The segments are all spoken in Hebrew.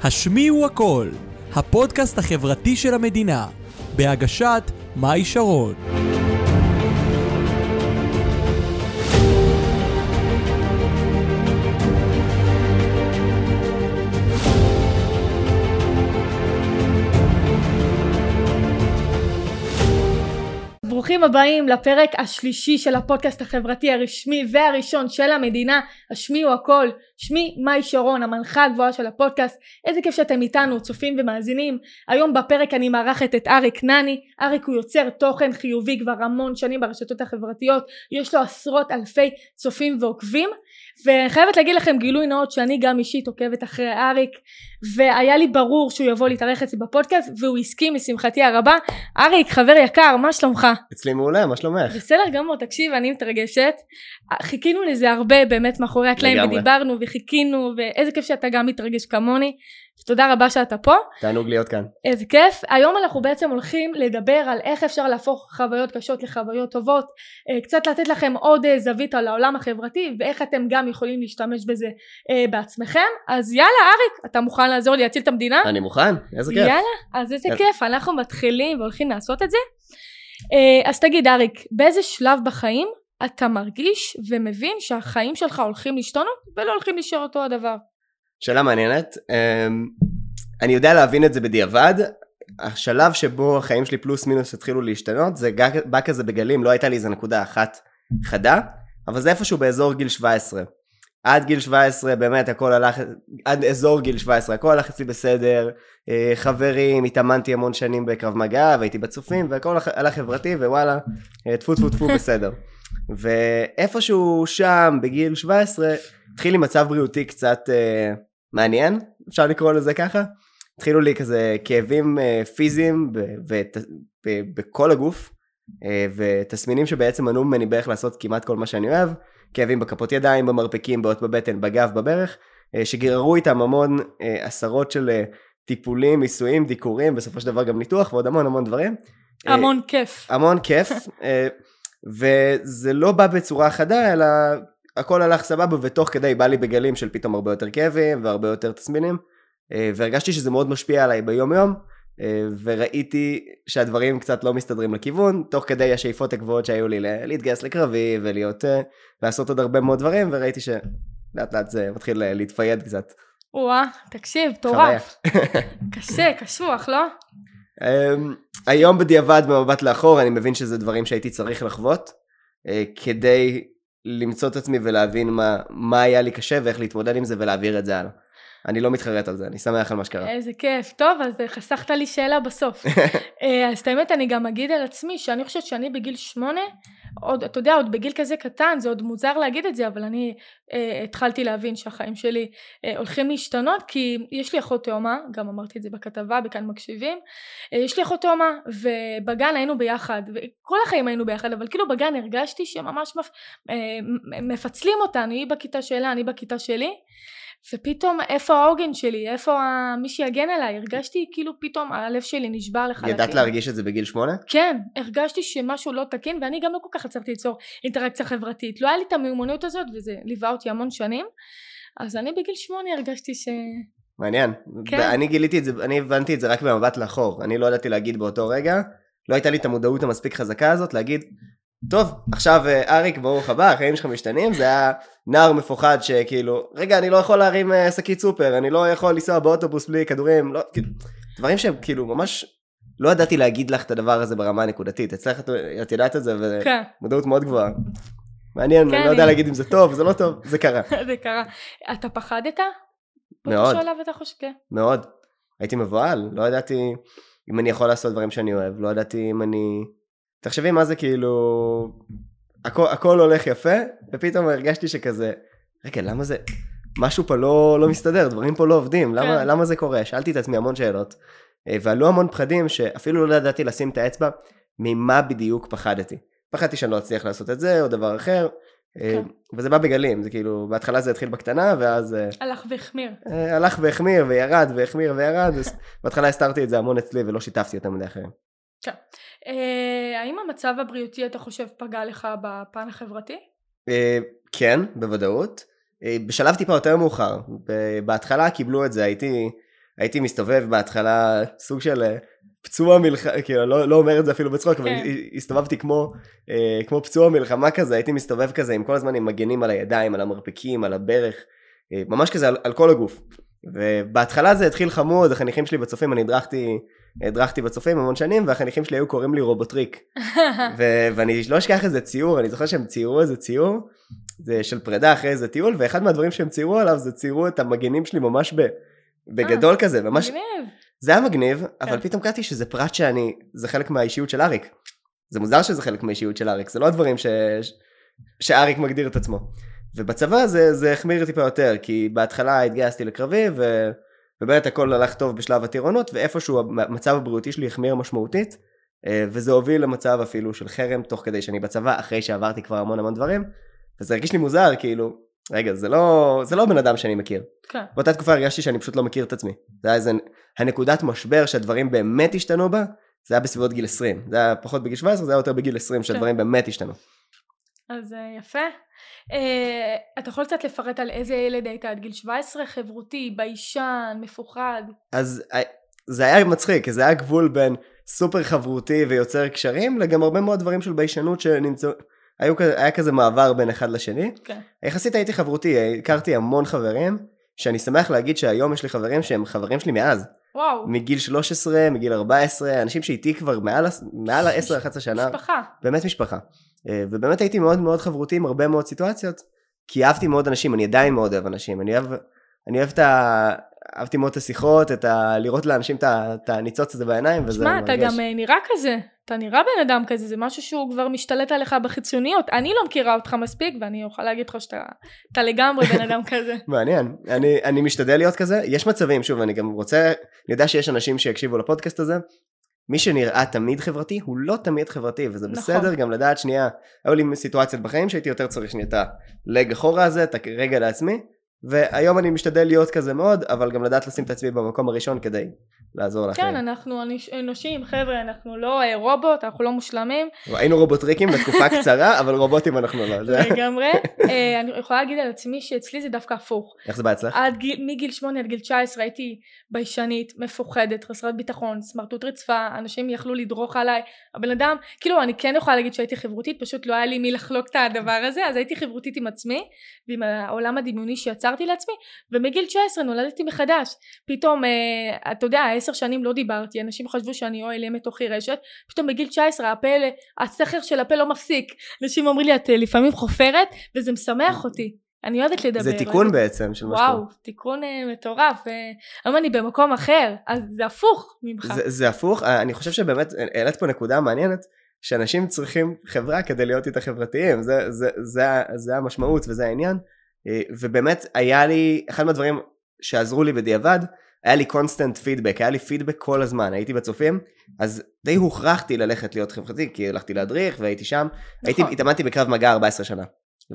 השמיעו הכל, הפודקאסט החברתי של המדינה, בהגשת מאי שרון. ברוכים הבאים לפרק השלישי של הפודקאסט החברתי הרשמי והראשון של המדינה, השמיעו הכל. שמי מאי שרון, המנחה הגבוהה של הפודקאסט. איזה כיף שאתם איתנו, צופים ומאזינים. היום בפרק אני מארחת את אריק נני. אריק הוא יוצר תוכן חיובי כבר המון שנים ברשתות החברתיות, יש לו עשרות אלפי צופים ועוקבים, וחייבת להגיד לכם גילוי נאות שאני גם אישית עוקבת אחרי אריק, והיה לי ברור שהוא יבוא להתארח אצלי בפודקאסט, והוא הסכים משמחתי הרבה. אריק, חבר יקר, מה שלומך? אצלי מעולה, מה שלומך? בסדר גמור, תקשיב, אני מתרגשת. חיכינו לזה הרבה באמת מאחורי הקלעים, ודיברנו וחיכינו, ואיזה כיף שאתה גם מתרגש כמוני. תודה רבה שאתה פה. תענוג להיות כאן. איזה כיף. היום אנחנו בעצם הולכים לדבר על איך אפשר להפוך חוויות קשות לחוויות טובות, קצת לתת לכם עוד זווית על העולם החברתי, ואיך אתם גם יכולים להשתמש בזה בעצמכם. אז יאללה אריק, אתה מוכן לעזור לי להציל את המדינה? אני מוכן, איזה כיף. יאללה, אז איזה כיף, אנחנו מתחילים והולכים לעשות את זה. אז תגיד אריק, באיזה שלב בחיים אתה מרגיש ומבין שהחיים שלך הולכים להשתנות ולא הולכים להישאר אותו הדבר? שאלה מעניינת. אני יודע להבין את זה בדיעבד. השלב שבו החיים שלי פלוס מינוס התחילו להשתנות, זה בא כזה בגלים, לא הייתה לי איזה נקודה אחת חדה, אבל זה איפשהו באזור גיל 17. עד גיל 17 באמת הכל הלך, עד אזור גיל 17 הכל הלך אצלי בסדר, חברים, התאמנתי המון שנים בקרב מגע, והייתי בצופים, והכל הלך חברתי, ווואלה, טפו טפו טפו בסדר. ואיפשהו שם בגיל 17 התחיל לי מצב בריאותי קצת מעניין, אפשר לקרוא לזה ככה. התחילו לי כזה כאבים פיזיים בכל הגוף, ותסמינים שבעצם מנעו ממני בערך לעשות כמעט כל מה שאני אוהב, כאבים בכפות ידיים, במרפקים, בעיות בבטן, בגב, בברך, שגררו איתם המון עשרות של טיפולים, ניסויים, דיקורים, בסופו של דבר גם ניתוח ועוד המון המון דברים. המון כיף. המון כיף, וזה לא בא בצורה חדה, אלא הכל הלך סבבה, ותוך כדי בא לי בגלים של פתאום הרבה יותר כאבים והרבה יותר תסמינים, והרגשתי שזה מאוד משפיע עליי ביום יום, וראיתי שהדברים קצת לא מסתדרים לכיוון, תוך כדי השאיפות הגבוהות שהיו לי להתגייס לקרבי ולעשות עוד הרבה מאוד דברים, וראיתי שלאט לאט זה מתחיל להתפייד קצת. וואה, תקשיב, טורף. קשה, קשוח, לא? היום בדיעבד במבט לאחור, אני מבין שזה דברים שהייתי צריך לחוות, כדי למצוא את עצמי ולהבין מה היה לי קשה, ואיך להתמודד עם זה ולהעביר את זה הלאה. אני לא מתחרט על זה, אני שמח על מה שקרה. איזה כיף, טוב, אז חסכת לי שאלה בסוף. אז האמת אני גם אגיד על עצמי, שאני חושבת שאני בגיל 8, אתה יודע, עוד בגיל כזה קטן, זה עוד מוזר להגיד את זה, אבל אני התחלתי להבין שהחיים שלי הולכים להשתנות, כי יש לי אחות תאומה, גם אמרתי את זה בכתבה, בכאן מקשיבים, יש לי אחות תאומה, ובגן היינו ביחד, וכל החיים היינו ביחד, אבל כאילו בגן הרגשתי שממש מפצלים אותנו, היא בכיתה שלה, אני בכיתה שלי, ופתאום איפה העוגן שלי, איפה מי שיגן עליי, הרגשתי כאילו פתאום הלב שלי נשבר לחלקים. ידעת להרגיש את זה בגיל 8? כן, הרגשתי שמשהו לא תקין, ואני גם לא כל כך הצלחתי ליצור אינטראקציה חברתית, לא היה לי את המיומנות הזאת, וזה ליווה אותי המון שנים, אז אני בגיל 8 הרגשתי מעניין, כן. אני גיליתי את זה, אני הבנתי את זה רק במבט לאחור, אני לא ידעתי להגיד באותו רגע, לא הייתה לי את המודעות המספיק חזקה הזאת, להגיד, טוב, עכשיו אריק, ברוך הבא, החיים שלך משתנים, זה היה נער מפוחד שכאילו, רגע, אני לא יכול להרים שקית סופר, אני לא יכול לנסוע באוטובוס בלי כדורים, לא, כאילו, דברים שהם כאילו ממש, לא ידעתי להגיד לך את הדבר הזה ברמה הנקודתית, אצלך את ידעת את זה, ומודעות מאוד גבוהה. מעניין, אני לא יודע להגיד אם זה טוב, זה לא טוב, זה קרה. זה קרה. אתה פחדת? מאוד. מאוד. הייתי מבועל, לא ידעתי אם אני יכול לעשות דברים שאני אוהב, לא ידעתי אם אני... תחשבי מה זה כאילו, הכל הולך יפה, ופתאום הרגשתי שכזה, רגע, למה זה, משהו פה לא מסתדר, דברים פה לא עובדים, למה זה קורה? שאלתי את עצמי המון שאלות, ועלו המון פחדים שאפילו לא ידעתי לשים את האצבע, ממה בדיוק פחדתי. פחדתי שאני לא אצליח לעשות את זה, או דבר אחר, וזה בא בגלים, זה כאילו, בהתחלה זה התחיל בקטנה, ואז... הלך והחמיר, וירד, והחמיר, וירד, בהתחלה הסתרתי את זה המון אצלי, ולא שיתפתי אותם מדי אחרים. כן. האם המצב הבריאותי אתה חושב פגע לך בפן החברתי? כן, בוודאות. בשלב טיפה יותר מאוחר. בהתחלה קיבלו את זה, הייתי מסתובב בהתחלה סוג של פצוע מלחמה, כאילו לא אומר את זה אפילו בצחוק, אבל הסתובבתי כמו פצוע מלחמה כזה, הייתי מסתובב כזה עם כל הזמן עם מגנים על הידיים, על המרפקים, על הברך, ממש כזה על כל הגוף. ובהתחלה זה התחיל חמוד, החניכים שלי בצופים, אני הדרכתי בצופים המון שנים, והחניכים שלי היו קוראים לי רובוטריק. ואני לא אשכח איזה ציור, אני זוכר שהם ציירו איזה ציור, זה של פרידה אחרי איזה טיול, ואחד מהדברים שהם ציירו עליו, זה ציירו את המגנים שלי ממש בגדול כזה, ממש... מגניב. זה היה מגניב, אבל פתאום קראתי שזה פרט זה חלק מהאישיות של אריק. זה מוזר שזה חלק מהאישיות של אריק, זה לא הדברים שאריק מגדיר את עצמו. ובצבא זה החמיר טיפה יותר, כי בהתחלה התגייסתי לקרבי, ובאמת הכל הלך טוב בשלב הטירונות, ואיפשהו המצב הבריאותי שלי החמיר משמעותית, וזה הוביל למצב אפילו של חרם, תוך כדי שאני בצבא, אחרי שעברתי כבר המון דברים, וזה הרגיש לי מוזר, כאילו, רגע, זה לא בן אדם שאני מכיר. כן. באותה תקופה הרגשתי שאני פשוט לא מכיר את עצמי. זה היה איזה, הנקודת משבר שהדברים באמת השתנו בה, זה היה בסביבות גיל 20. זה היה פחות בגיל 17, זה היה יותר בגיל 20, שהדברים באמת השתנו. אז יפה. אתה יכול קצת לפרט על איזה ילד היית עד גיל 17, חברותי, ביישן, מפוחד? אז זה היה מצחיק, זה היה גבול בין סופר חברותי ויוצר קשרים, לגם הרבה מאוד דברים של ביישנות שנמצאו, היה כזה מעבר בין אחד לשני. כן. יחסית הייתי חברותי, הכרתי המון חברים, שאני שמח להגיד שהיום יש לי חברים שהם חברים שלי מאז. וואו. מגיל 13, מגיל 14, אנשים שאיתי כבר מעל 10-11 שנה. משפחה. באמת משפחה. ובאמת הייתי מאוד מאוד חברותי עם הרבה מאוד סיטואציות, כי אהבתי מאוד אנשים, אני עדיין מאוד אוהב אנשים, אהבתי מאוד את השיחות, לראות לאנשים את הניצוץ הזה בעיניים, וזה שמע, מרגש. אתה גם נראה כזה, אתה נראה בן אדם כזה, זה משהו שהוא כבר משתלט עליך בחיצוניות, אני לא מכירה אותך מספיק, ואני אוכל להגיד לך שאתה לגמרי בן אדם כזה. מעניין, אני משתדל להיות כזה, יש מצבים, שוב, אני גם רוצה, אני יודע שיש אנשים שיקשיבו לפודקאסט הזה, מי שנראה תמיד חברתי, הוא לא תמיד חברתי, וזה בסדר גם לדעת שנייה, היו לי סיטואציות בחיים שהייתי יותר צריך שנייה את הלג אחורה הזה, את הרגע לעצמי, והיום אני משתדל להיות כזה מאוד, אבל גם לדעת לשים את עצמי במקום הראשון כדי לעזור לכם. כן, אנחנו אנושים, חבר'ה, אנחנו לא רובוט, אנחנו לא מושלמים. היינו רובוטריקים בתקופה קצרה, אבל רובוטים אנחנו לא. לגמרי. אני יכולה להגיד על עצמי שאצלי זה דווקא הפוך. איך זה בהצלח? מגיל 8 עד גיל 19 הייתי ביישנית, מפוחדת, חסרת ביטחון, סמרטוט רצפה, אנשים יכלו לדרוך עליי. הבן אדם, כאילו אני כן יכולה להגיד שהייתי חברותית, פשוט לא היה לי מי לחלוק את הדבר הזה, אז הייתי חברותית עם עצמי, ועם העולם הדמיוני שיצרתי לעצמי, ומגיל 19 נולדתי מחדש. פתאום, אתה יודע, 10 שנים לא דיברתי, אנשים חשבו שאני אוהל מתוכי רשת, פתאום בגיל 19 הסכר של הפה לא מפסיק, אנשים אומרים לי, את לפעמים חופרת, וזה משמח אותי, אני אוהבת לדבר. זה תיקון בעצם של משהו. וואו, תיקון מטורף, היום אני במקום אחר, אז זה הפוך ממך. זה הפוך, אני חושב שבאמת, העלית פה נקודה מעניינת, שאנשים צריכים חברה כדי להיות איתה חברתיים, זה המשמעות וזה העניין, ובאמת היה לי, אחד מהדברים שעזרו לי בדיעבד, היה לי constant feedback, היה לי פידבק כל הזמן, הייתי בצופים, אז די הוכרחתי ללכת להיות חברתי, כי הלכתי להדריך והייתי שם, התאמנתי בקרב מגע 14 שנה,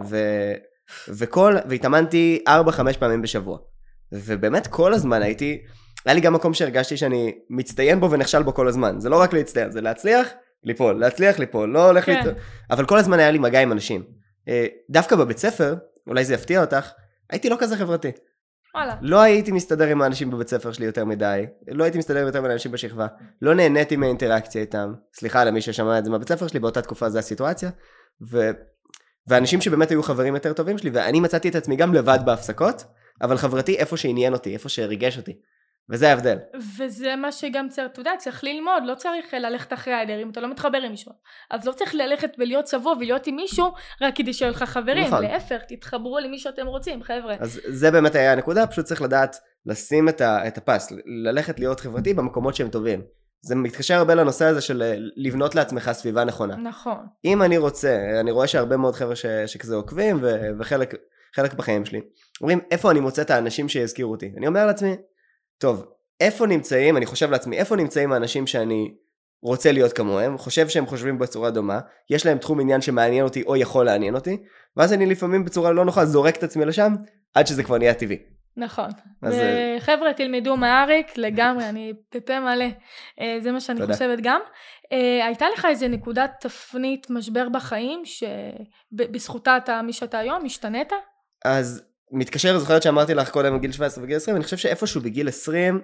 והתאמנתי 4-5 פעמים בשבוע, ובאמת כל הזמן היה לי גם מקום שהרגשתי שאני מצטיין בו ונכשל בו כל הזמן, זה לא רק להצטיין, זה להצליח, ליפול, להצליח ליפול, לא הולך ליפול, אבל כל הזמן היה לי מגע עם אנשים, דווקא בבית ספר, אולי זה יפתיע אותך, הייתי לא כזה חברתי. לא הייתי מסתדר עם האנשים בבית ספר שלי יותר מדי, לא הייתי מסתדר יותר עם האנשים בשכבה, לא נהניתי מהאינטראקציה איתם, סליחה למי ששמע את זה מהבית ספר שלי, באותה תקופה זה הסיטואציה, ואנשים שבאמת היו חברים יותר טובים שלי, ואני מצאתי את עצמי גם לבד בהפסקות, אבל חברתי איפה שעניין אותי, איפה שהריגש אותי, וזה ההבדל. וזה מה שגם צריך, אתה יודע, צריך ללמוד, לא צריך ללכת אחרי העדר, אם אתה לא מתחבר עם מישהו, אז לא צריך ללכת ולהיות צבוע ולהיות עם מישהו, רק כדי שיהיו לך חברים, נכון. להפך, תתחברו למי שאתם רוצים, חבר'ה. אז זה באמת היה הנקודה, פשוט צריך לדעת לשים את הפס, ללכת להיות חברתי במקומות שהם טובים. זה מתקשר הרבה לנושא הזה של לבנות לעצמך סביבה נכונה. נכון. אם אני רוצה, אני רואה שהרבה מאוד חבר'ה שכזה עוקבים, וחלק בחיים שלי, אומרים, איפה אני מוצא את האנשים שיזכירו אותי? אני אומר לעצמי, טוב, איפה נמצאים, אני חושב לעצמי, איפה נמצאים האנשים שאני רוצה להיות כמוהם, חושב שהם חושבים בצורה דומה, יש להם תחום עניין שמעניין אותי או יכול לעניין אותי, ואז אני לפעמים בצורה לא נוחה זורק את עצמי לשם, עד שזה כבר נהיה טבעי. נכון. וחבר'ה, תלמדו מאריק לגמרי, אני פפה מלא, זה מה שאני חושבת גם. הייתה לך איזה נקודת תפנית משבר בחיים, שבזכותה אתה מי שאתה היום, השתנית? אז מתקשר, זוכרת שאמרתי לך קודם בגיל 17 וגיל 20, אני חושב שאיפשהו בגיל 20,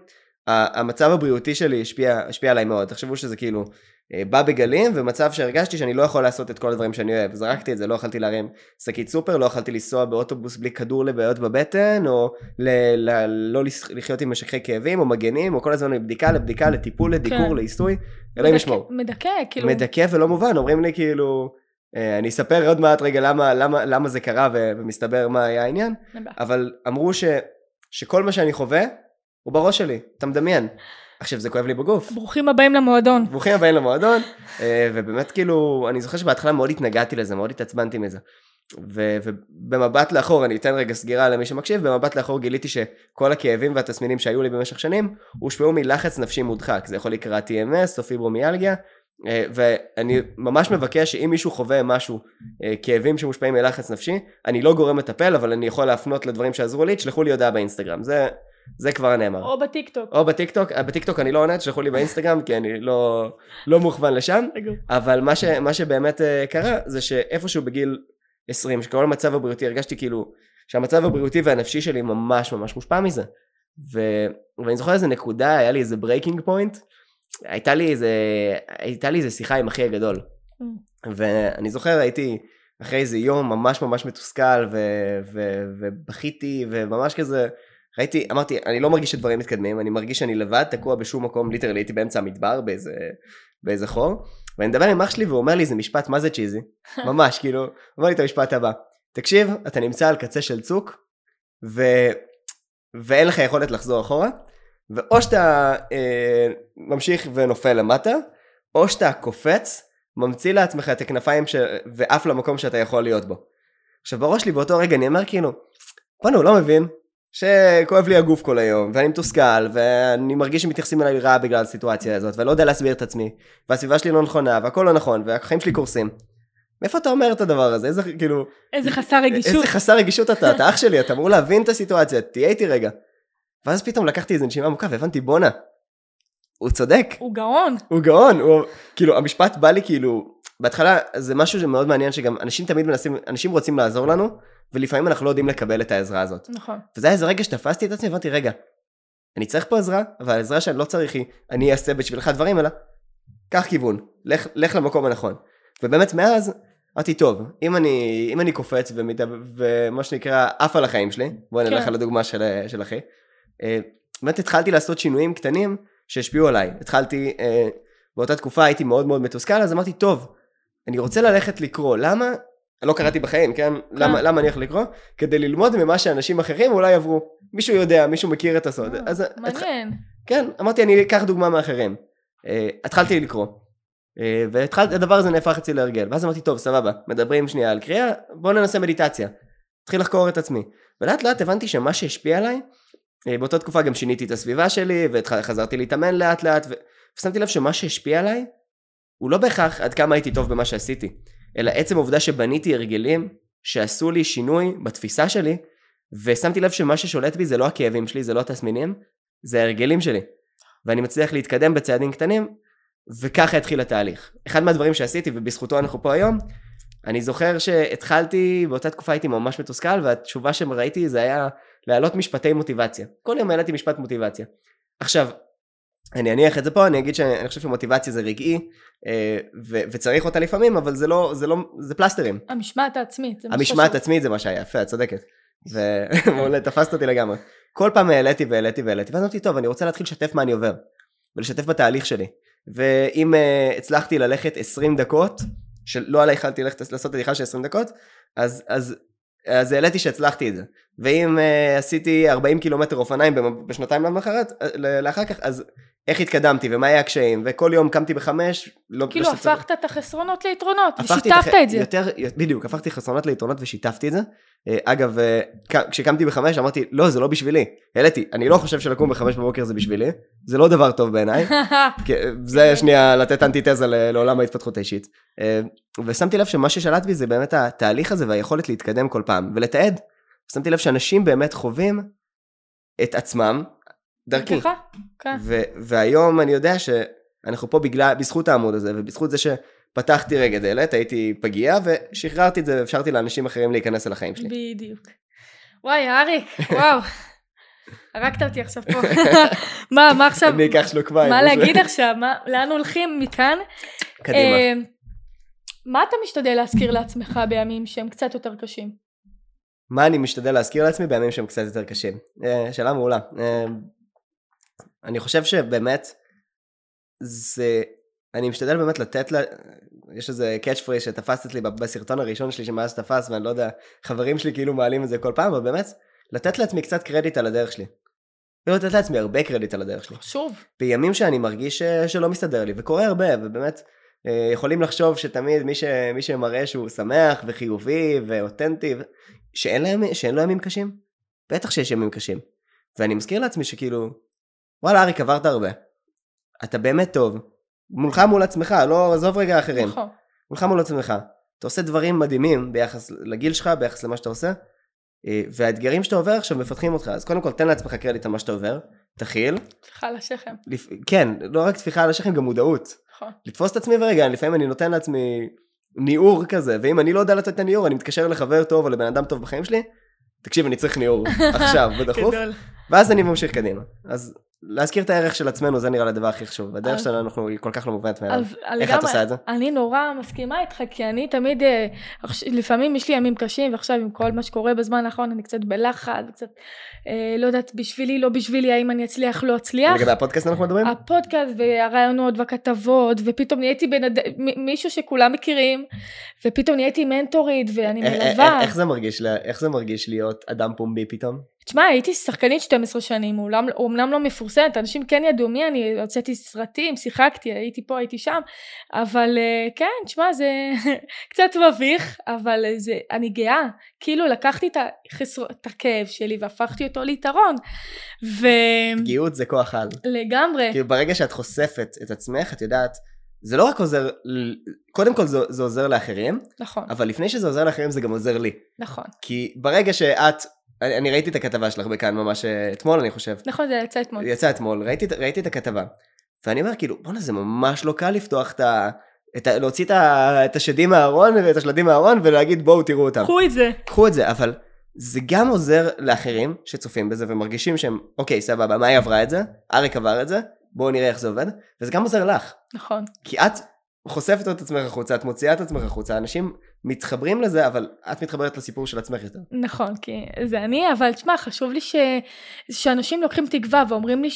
המצב הבריאותי שלי השפיע עליי מאוד. תחשבו שזה כאילו בא בגלים, ומצב שהרגשתי שאני לא יכול לעשות את כל הדברים שאני אוהב. זרקתי את זה, לא יכולתי להרים שקית סופר, לא יכולתי לנסוע באוטובוס בלי כדור לבעיות בבטן, או לא לחיות עם משככי כאבים, או מגנים, או כל הזמן מבדיקה לבדיקה, לטיפול, לדיקור, לעיסוי. אלוהים ישמור. מדכא, כאילו. מדכא ולא מובן, אומרים לי כאילו, אני אספר עוד מעט רגע למה זה קרה, ומסתבר מה היה העניין, אבל אמרו שכל מה שאני חווה, הוא בראש שלי, אתה מדמיין. עכשיו זה כואב לי בגוף. ברוכים הבאים למועדון. ברוכים הבאים למועדון, ובאמת כאילו, אני זוכר שבהתחלה מאוד התנגדתי לזה, מאוד התעצבנתי מזה. ובמבט לאחור, אני אתן רגע סגירה למי שמקשיב, במבט לאחור גיליתי שכל הכאבים והתסמינים שהיו לי במשך שנים, הושפעו מלחץ נפשי מודחק. זה יכול לקרוא TMS או פיברומיאלגיה, ואני ממש מבקש שאם מישהו חווה משהו, כאבים שמושפעים מלחץ נפשי, אני לא גורם מטפל, אבל אני יכול להפנות לדברים שעזרו לי, תשלחו לי הודעה באינסטגרם. זה כבר נאמר. או בטיקטוק. בטיקטוק אני לא עונה, תשלחו לי באינסטגרם, כי אני לא מוכוון לשם. אבל מה שבאמת קרה, זה שאיפשהו בגיל 20, שכל המצב הבריאותי, הרגשתי כאילו, שהמצב הבריאותי והנפשי שלי ממש ממש מושפע מזה. ואני זוכר איזה נקודה, היה לי איזה breaking point, הייתה לי איזה שיחה עם אחי הגדול. ואני זוכר, הייתי אחרי איזה יום ממש ממש מתוסכל, ובכיתי, וממש כזה, אמרתי, אני לא מרגיש שדברים מתקדמים, אני מרגיש שאני לבד, תקוע בשום מקום, ליטרלי, הייתי באמצע המדבר, באיזה חור, ואני מדבר עם אח שלי, והוא אומר לי, זה משפט, מה זה צ'יזי? ממש, כאילו, אומר לי את המשפט הבא, תקשיב, אתה נמצא על קצה של צוק, ואין לך יכולת לחזור אחורה, ואו שאתה ממשיך ונופל למטה, או שאתה קופץ, ממציא לעצמך את הכנפיים ואף למקום שאתה יכול להיות בו. עכשיו, בראש שלי באותו רגע אני אומר כאילו, בוא'נה, הוא לא מבין, שכואב לי הגוף כל היום, ואני מתוסכל, ואני מרגיש שמתייחסים אליי רע בגלל הסיטואציה הזאת, ואני לא יודע להסביר את עצמי, והסביבה שלי לא נכונה, והכל לא נכון, והחיים שלי קורסים. מאיפה אתה אומר את הדבר הזה? איזה חסר רגישות. איזה חסר רגישות אתה אח שלי, אתה אמור להבין את הסיטואציה, תהיה איתי רגע. ואז פתאום לקחתי איזו נשימה עמוקה, והבנתי, בונה, הוא צודק. הוא גאון. הוא גאון, כאילו, המשפט בא לי כאילו, בהתחלה זה משהו שמאוד מעניין, שגם אנשים תמיד מנסים, אנשים רוצים לעזור לנו, ולפעמים אנחנו לא יודעים לקבל את העזרה הזאת. נכון. וזה היה איזה רגע שתפסתי את עצמי, הבנתי, רגע, אני צריך פה עזרה, אבל העזרה שאני לא צריך היא, אני אעשה בשבילך דברים, אלא, קח כיוון, לך למקום הנכון. ובאמת מאז, אמרתי, טוב, אם אני קופץ ומה שנקרא, אף על החיים שלי, בואו נלך על הדוגמה של אחי, באמת התחלתי לעשות שינויים קטנים שהשפיעו עליי. התחלתי, באותה תקופה הייתי מאוד מאוד מתוסכל, אז אמרתי, טוב, אני רוצה ללכת לקרוא, למה? לא קראתי בחיים, כן? למה אני הולך לקרוא? כדי ללמוד ממה שאנשים אחרים אולי עברו. מישהו יודע, מישהו מכיר את הסוד. מעניין. כן, אמרתי, אני אקח דוגמה מאחרים. התחלתי לקרוא. הדבר הזה נהפך אצלי להרגל. ואז אמרתי, טוב, סבבה, מדברים שנייה על קריאה, בואו ננסה מדיטציה. התחיל לחקור את עצמי. ולאט לאט הבנתי שמה שהשפיע עליי, באותה תקופה גם שיניתי את הסביבה שלי, וחזרתי להתאמן לאט לאט, ושמתי לב שמה שהשפיע עליי, הוא לא בהכרח עד כמה הייתי טוב במה שעשיתי, אלא עצם העובדה שבניתי הרגלים, שעשו לי שינוי בתפיסה שלי, ושמתי לב שמה ששולט בי זה לא הכאבים שלי, זה לא התסמינים, זה ההרגלים שלי. ואני מצליח להתקדם בצעדים קטנים, וככה התחיל התהליך. אחד מהדברים שעשיתי, ובזכותו אנחנו פה היום, אני זוכר שהתחלתי, באותה תקופה הייתי ממש מתוסכל, והתשובה שראיתי זה היה להעלות משפטי מוטיבציה. כל יום העליתי משפט מוטיבציה. עכשיו, אני אניח את זה פה, אני אגיד שאני חושב שמוטיבציה זה רגעי, וצריך אותה לפעמים, אבל זה פלסטרים. המשמעת העצמית. המשמעת העצמית זה מה שהיה, יפה, את צודקת. ותפסת אותי לגמרי. כל פעם העליתי, ואז אמרתי, טוב, אני רוצה להתחיל לשתף מה אני עובר, ולשתף בתהליך שלי. ואם הצלחתי ללכת 20 דקות, שלא עליי יכלתי לעשות הליכה של 20 דקות, אז העליתי שהצלחתי את זה. ואם עשיתי 40 קילומטר אופניים בשנתיים לאחר כך, אז איך התקדמתי ומה היה הקשיים, וכל יום קמתי ב5, כאילו הפכת את החסרונות ליתרונות, ושיתפת את זה. בדיוק, הפכתי חסרונות ליתרונות ושיתפתי את זה. אגב, כשקמתי ב5 אמרתי, לא, זה לא בשבילי. העליתי, אני לא חושב שלקום ב5 בבוקר זה בשבילי, זה לא דבר טוב בעיניי. זה שנייה לתת אנטיתזה לעולם ההתפתחות האישית. ושמתי לב שמה ששלט בי זה באמת התהליך הזה והיכולת להתקדם כל פעם ולתעד. שמתי לב שאנשים באמת חווים את עצמם דרכי. והיום אני יודע שאנחנו פה בזכות העמוד הזה, ובזכות זה שפתחתי רגע דלת, הייתי פגיע, ושחררתי את זה, ואפשרתי לאנשים אחרים להיכנס אל החיים שלי. בדיוק. וואי, אריק, וואו. הרגת אותי עכשיו פה. מה עכשיו? אני אקח שלוק מים. מה להגיד עכשיו? לאן הולכים מכאן? קדימה. מה אתה משתדל להזכיר לעצמך בימים שהם קצת יותר קשים? מה אני משתדל להזכיר לעצמי בימים שהם קצת יותר קשים? שאלה מעולה. אני חושב שבאמת, אני משתדל באמת לתת לה, יש איזה קאץ' פרייז שתפסת אצלי בסרטון הראשון שלי שמאז תפס, ואני לא יודע, חברים שלי כאילו מעלים את זה כל פעם, אבל באמת, לתת לעצמי קצת קרדיט על הדרך שלי. ולתת לעצמי הרבה קרדיט על הדרך שלי. שוב. בימים שאני מרגיש שלא מסתדר לי, וקורה הרבה, ובאמת, יכולים לחשוב שתמיד מי שמראה שהוא שמח וחיובי ואותנטי, שאין לו ימים קשים, בטח שיש ימים קשים. ואני מזכיר לעצמי שכאילו, וואלה אריק, עברת הרבה. אתה באמת טוב. מולך מול עצמך, לא עזוב רגע אחרים. נכון. מולך מול עצמך. אתה עושה דברים מדהימים ביחס לגיל שלך, ביחס למה שאתה עושה, והאתגרים שאתה עובר עכשיו מפתחים אותך. אז קודם כל תן לעצמך קרדיט על מה שאתה עובר, תכיל. טפיחה על השכם. כן, לא רק טפיחה על השכם, גם מודעות. נכון. לתפוס את עצמי ורגע, לפעמים אני נותן לעצמי ניעור כזה, ואם אני לא יודע לתת את הניעור, אני מתקשר לחבר טוב או לבן אדם טוב בחיים שלי, תקשיב, אני צריך ניעור עכשיו, בדחוף, ואז אני ממשיך קדימה. אז להזכיר את הערך של עצמנו, זה נראה לדבר הכי חשוב, והדרך שלנו היא כל כך לא מובנת מאליו. איך את עושה את זה? אני נורא מסכימה איתך, כי אני תמיד, לפעמים יש לי ימים קשים, ועכשיו עם כל מה שקורה בזמן האחרון, אני קצת בלחץ, קצת, לא יודעת, בשבילי, לא בשבילי, האם אני אצליח, לא אצליח. לגבי הפודקאסט אנחנו מדברים? הפודקאסט והרעיונות והכתבות, ופתאום נהייתי מישהו שכולם מכירים, ופתאום נהייתי מנטורית, ואני מלווה. איך זה מרגיש להיות אדם פומבי פתאום? תשמע, הייתי שחקנית 12 שנים, אומנם לא מפורסמת, אנשים כן ידעו מי אני, הוצאתי סרטים, שיחקתי, הייתי פה, הייתי שם, אבל כן, תשמע, זה קצת מביך, אבל אני גאה, כאילו לקחתי את הכאב שלי והפכתי אותו ליתרון, פגיעות זה כוח על. לגמרי. כאילו ברגע שאת חושפת את עצמך, את יודעת, זה לא רק עוזר, קודם כל זה עוזר לאחרים, נכון. אבל לפני שזה עוזר לאחרים זה גם עוזר לי. נכון. כי ברגע שאת, אני ראיתי את הכתבה שלך בכאן ממש אתמול אני חושב. נכון, זה יצא אתמול. יצא אתמול, ראיתי את הכתבה. ואני אומר כאילו, בוא'נה זה ממש לא קל לפתוח להוציא את השדים מהארון ואת השלדים מהארון ולהגיד בואו תראו אותם. קחו את זה, אבל זה גם עוזר לאחרים שצופים בזה ומרגישים שהם, אוקיי סבבה, מה היא עברה את זה? אריק עבר את זה, בואו נראה איך זה עובד. וזה גם עוזר לך. נכון. כי את חושפת את עצמך החוצה, את מוציאה את עצמך החוצה, אנשים מתחברים לזה, אבל את מתחברת לסיפור של עצמך יותר. נכון, כי זה אני, אבל תשמע, חשוב לי שאנשים לוקחים תקווה ואומרים לי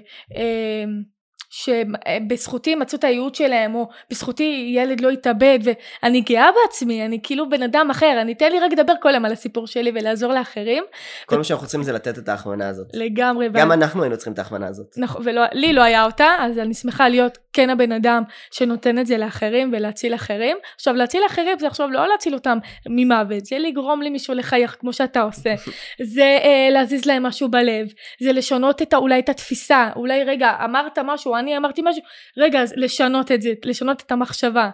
שבזכותי מצאו את הייעוד שלהם, או בזכותי ילד לא יתאבד, ואני גאה בעצמי, אני כאילו בן אדם אחר, אני תן לי רק לדבר כל היום על הסיפור שלי ולעזור לאחרים. כל מה שאנחנו רוצים זה לתת את ההכוונה הזאת. לגמרי. גם אנחנו היינו צריכים את ההכוונה הזאת. נכון, ולי לא היה אותה, אז אני שמחה להיות כן הבן אדם שנותן את זה לאחרים ולהציל אחרים. עכשיו, להציל אחרים זה עכשיו לא להציל אותם ממוות, זה לגרום למישהו לחייך כמו שאתה עושה, זה להזיז להם משהו בלב, זה לשנות אולי את התפיסה, אולי רגע, אמרת משהו, אני אמרתי משהו, רגע, לשנות את זה, לשנות את המחשבה,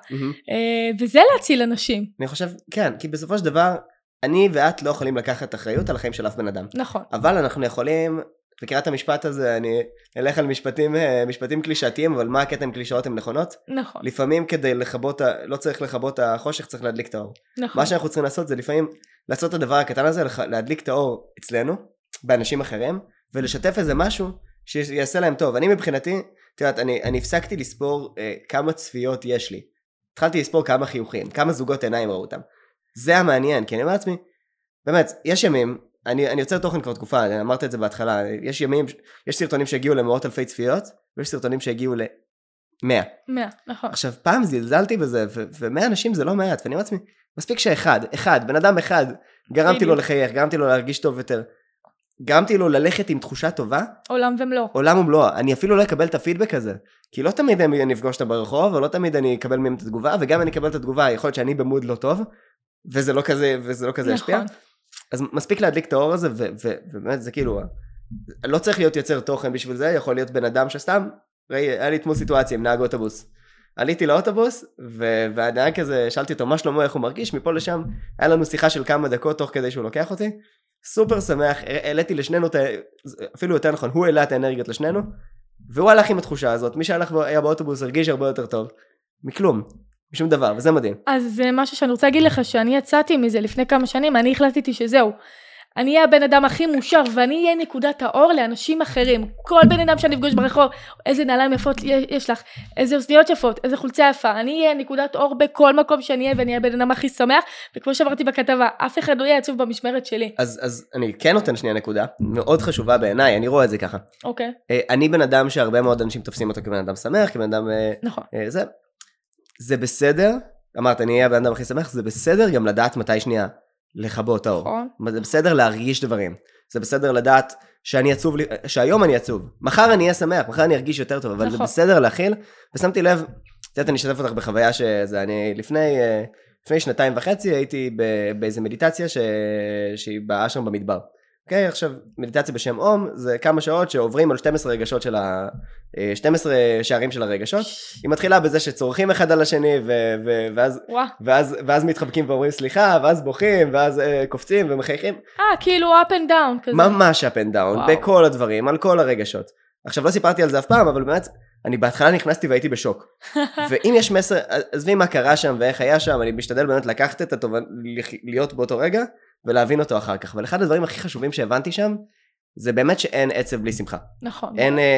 וזה להציל אנשים. אני חושב, כן, כי בסופו של דבר, אני ואת לא יכולים לקחת אחריות על החיים של אף בן אדם. נכון. אבל אנחנו יכולים, מכירה את המשפט הזה, אני אלך על משפטים קלישאתיים, אבל מה הקטע עם קלישאות הן נכונות? נכון. לפעמים כדי לא צריך לכבות החושך, צריך להדליק את האור. נכון. מה שאנחנו צריכים לעשות זה לפעמים, לעשות את הדבר הקטן הזה, להדליק את האור אצלנו, באנשים אחרים, ולשתף איזה משהו שיעשה להם טוב. אני מבחינתי, תראה, אני הפסקתי לספור כמה צפיות יש לי. התחלתי לספור כמה חיוכים, כמה זוגות עיניים ראו אותם. זה המעניין, כי אני אומר לעצמי, באמת, יש ימים, אני יוצר תוכן כבר תקופה, אני אמרתי את זה בהתחלה, יש ימים, יש סרטונים שהגיעו למאות אלפי צפיות, ויש סרטונים שהגיעו ל100. 100, נכון. עכשיו, פעם זלזלתי בזה, ו100 אנשים זה לא מעט, ואני אומר לעצמי, מספיק שאחד, בן אדם אחד, גרמתי לו לחייך, גרמתי לו להרגיש טוב יותר, גרמתי לו ללכת עם תחושה טובה. עולם ומלוא. עולם ומלוא. אני אפילו לא אקבל את הפידבק הזה. כי לא תמיד אני נפגוש אותה ברחוב, ולא תמיד אני אקבל מהם את התגובה, וגם אני אקבל את התגובה, יכול להיות שאני במוד לא טוב, וזה לא כזה ישפיע. אז מספיק להדליק את האור הזה, ובאמת זה כאילו, לא צריך להיות יוצר תוכן בשביל זה, יכול להיות בן אדם שסתם, היה לי אתמול סיטואציה עם נהג אוטובוס. עליתי לאוטובוס, והנהג כזה, שאלתי אותו מה שלמה, איך הוא מרגיש, מפה לשם, היה לנו שיחה של כמה דקות תוך כדי שהוא לוקח אותי, סופר שמח, העליתי לשנינו, אפילו יותר נכון, הוא העלה את האנרגיות לשנינו, והוא הלך עם התחושה הזאת, מי היה באוטובוס הרגיש הרבה יותר טוב, מכלום, משום דבר, וזה מדהים. אז זה משהו שאני רוצה להגיד לך, שאני יצאתי מזה לפני כמה שנים, אני החלטתי שזהו, אני אהיה הבן אדם הכי מאושר, ואני אהיה נקודת האור לאנשים אחרים. כל בן אדם שאני אפגוש ברחוב, איזה נעליים יפות יש לך, איזה אוזניות יפות, איזה חולצה יפה, אני אהיה נקודת אור בכל מקום שאני אהיה, ואני אהיה בן אדם הכי שמח, וכמו שאמרתי בכתבה, אף אחד לא יהיה עצוב במשמרת שלי. אז אני כן נותן שנייה נקודה, מאוד חשובה בעיניי, אני רואה את זה ככה. אוקיי. אני בן אדם שהרבה מאוד אנשים תופסים אותו כבן אדם שמח, כבן אדם... נכון. זה בסדר, אמרת, אני אהיה הבן אדם הכי שמח, זה בסדר גם לדעת מתי שנייה לכבות האור. נכון. זה בסדר להרגיש דברים. זה בסדר לדעת שאני עצוב, שהיום אני עצוב. מחר אני אהיה שמח, מחר אני ארגיש יותר טוב, אבל נכון. זה בסדר להכיל. ושמתי לב, אני אשתף אותך בחוויה שזה, אני לפני 2.5 הייתי באיזה מדיטציה שהיא באשרם במדבר. אוקיי, עכשיו מדיטציה בשם אום, זה כמה שעות שעוברים על 12 רגשות של 12 שערים של הרגשות. היא מתחילה בזה שצורכים אחד על השני, ואז מתחבקים ואומרים סליחה, ואז בוכים, ואז קופצים ומחייכים. כאילו up and down כזה. ממש up and down, בכל הדברים, על כל הרגשות. עכשיו לא סיפרתי על זה אף פעם, אבל באמת, אני בהתחלה נכנסתי והייתי בשוק. ואם יש מסר, עזבי מה קרה שם ואיך היה שם, אני משתדל באמת לקחת את התובנה, להיות באותו רגע, ולהבין אותו אחר כך. אבל אחד הדברים הכי חשובים שהבנתי שם, זה באמת שאין עצב בלי שמחה. נכון.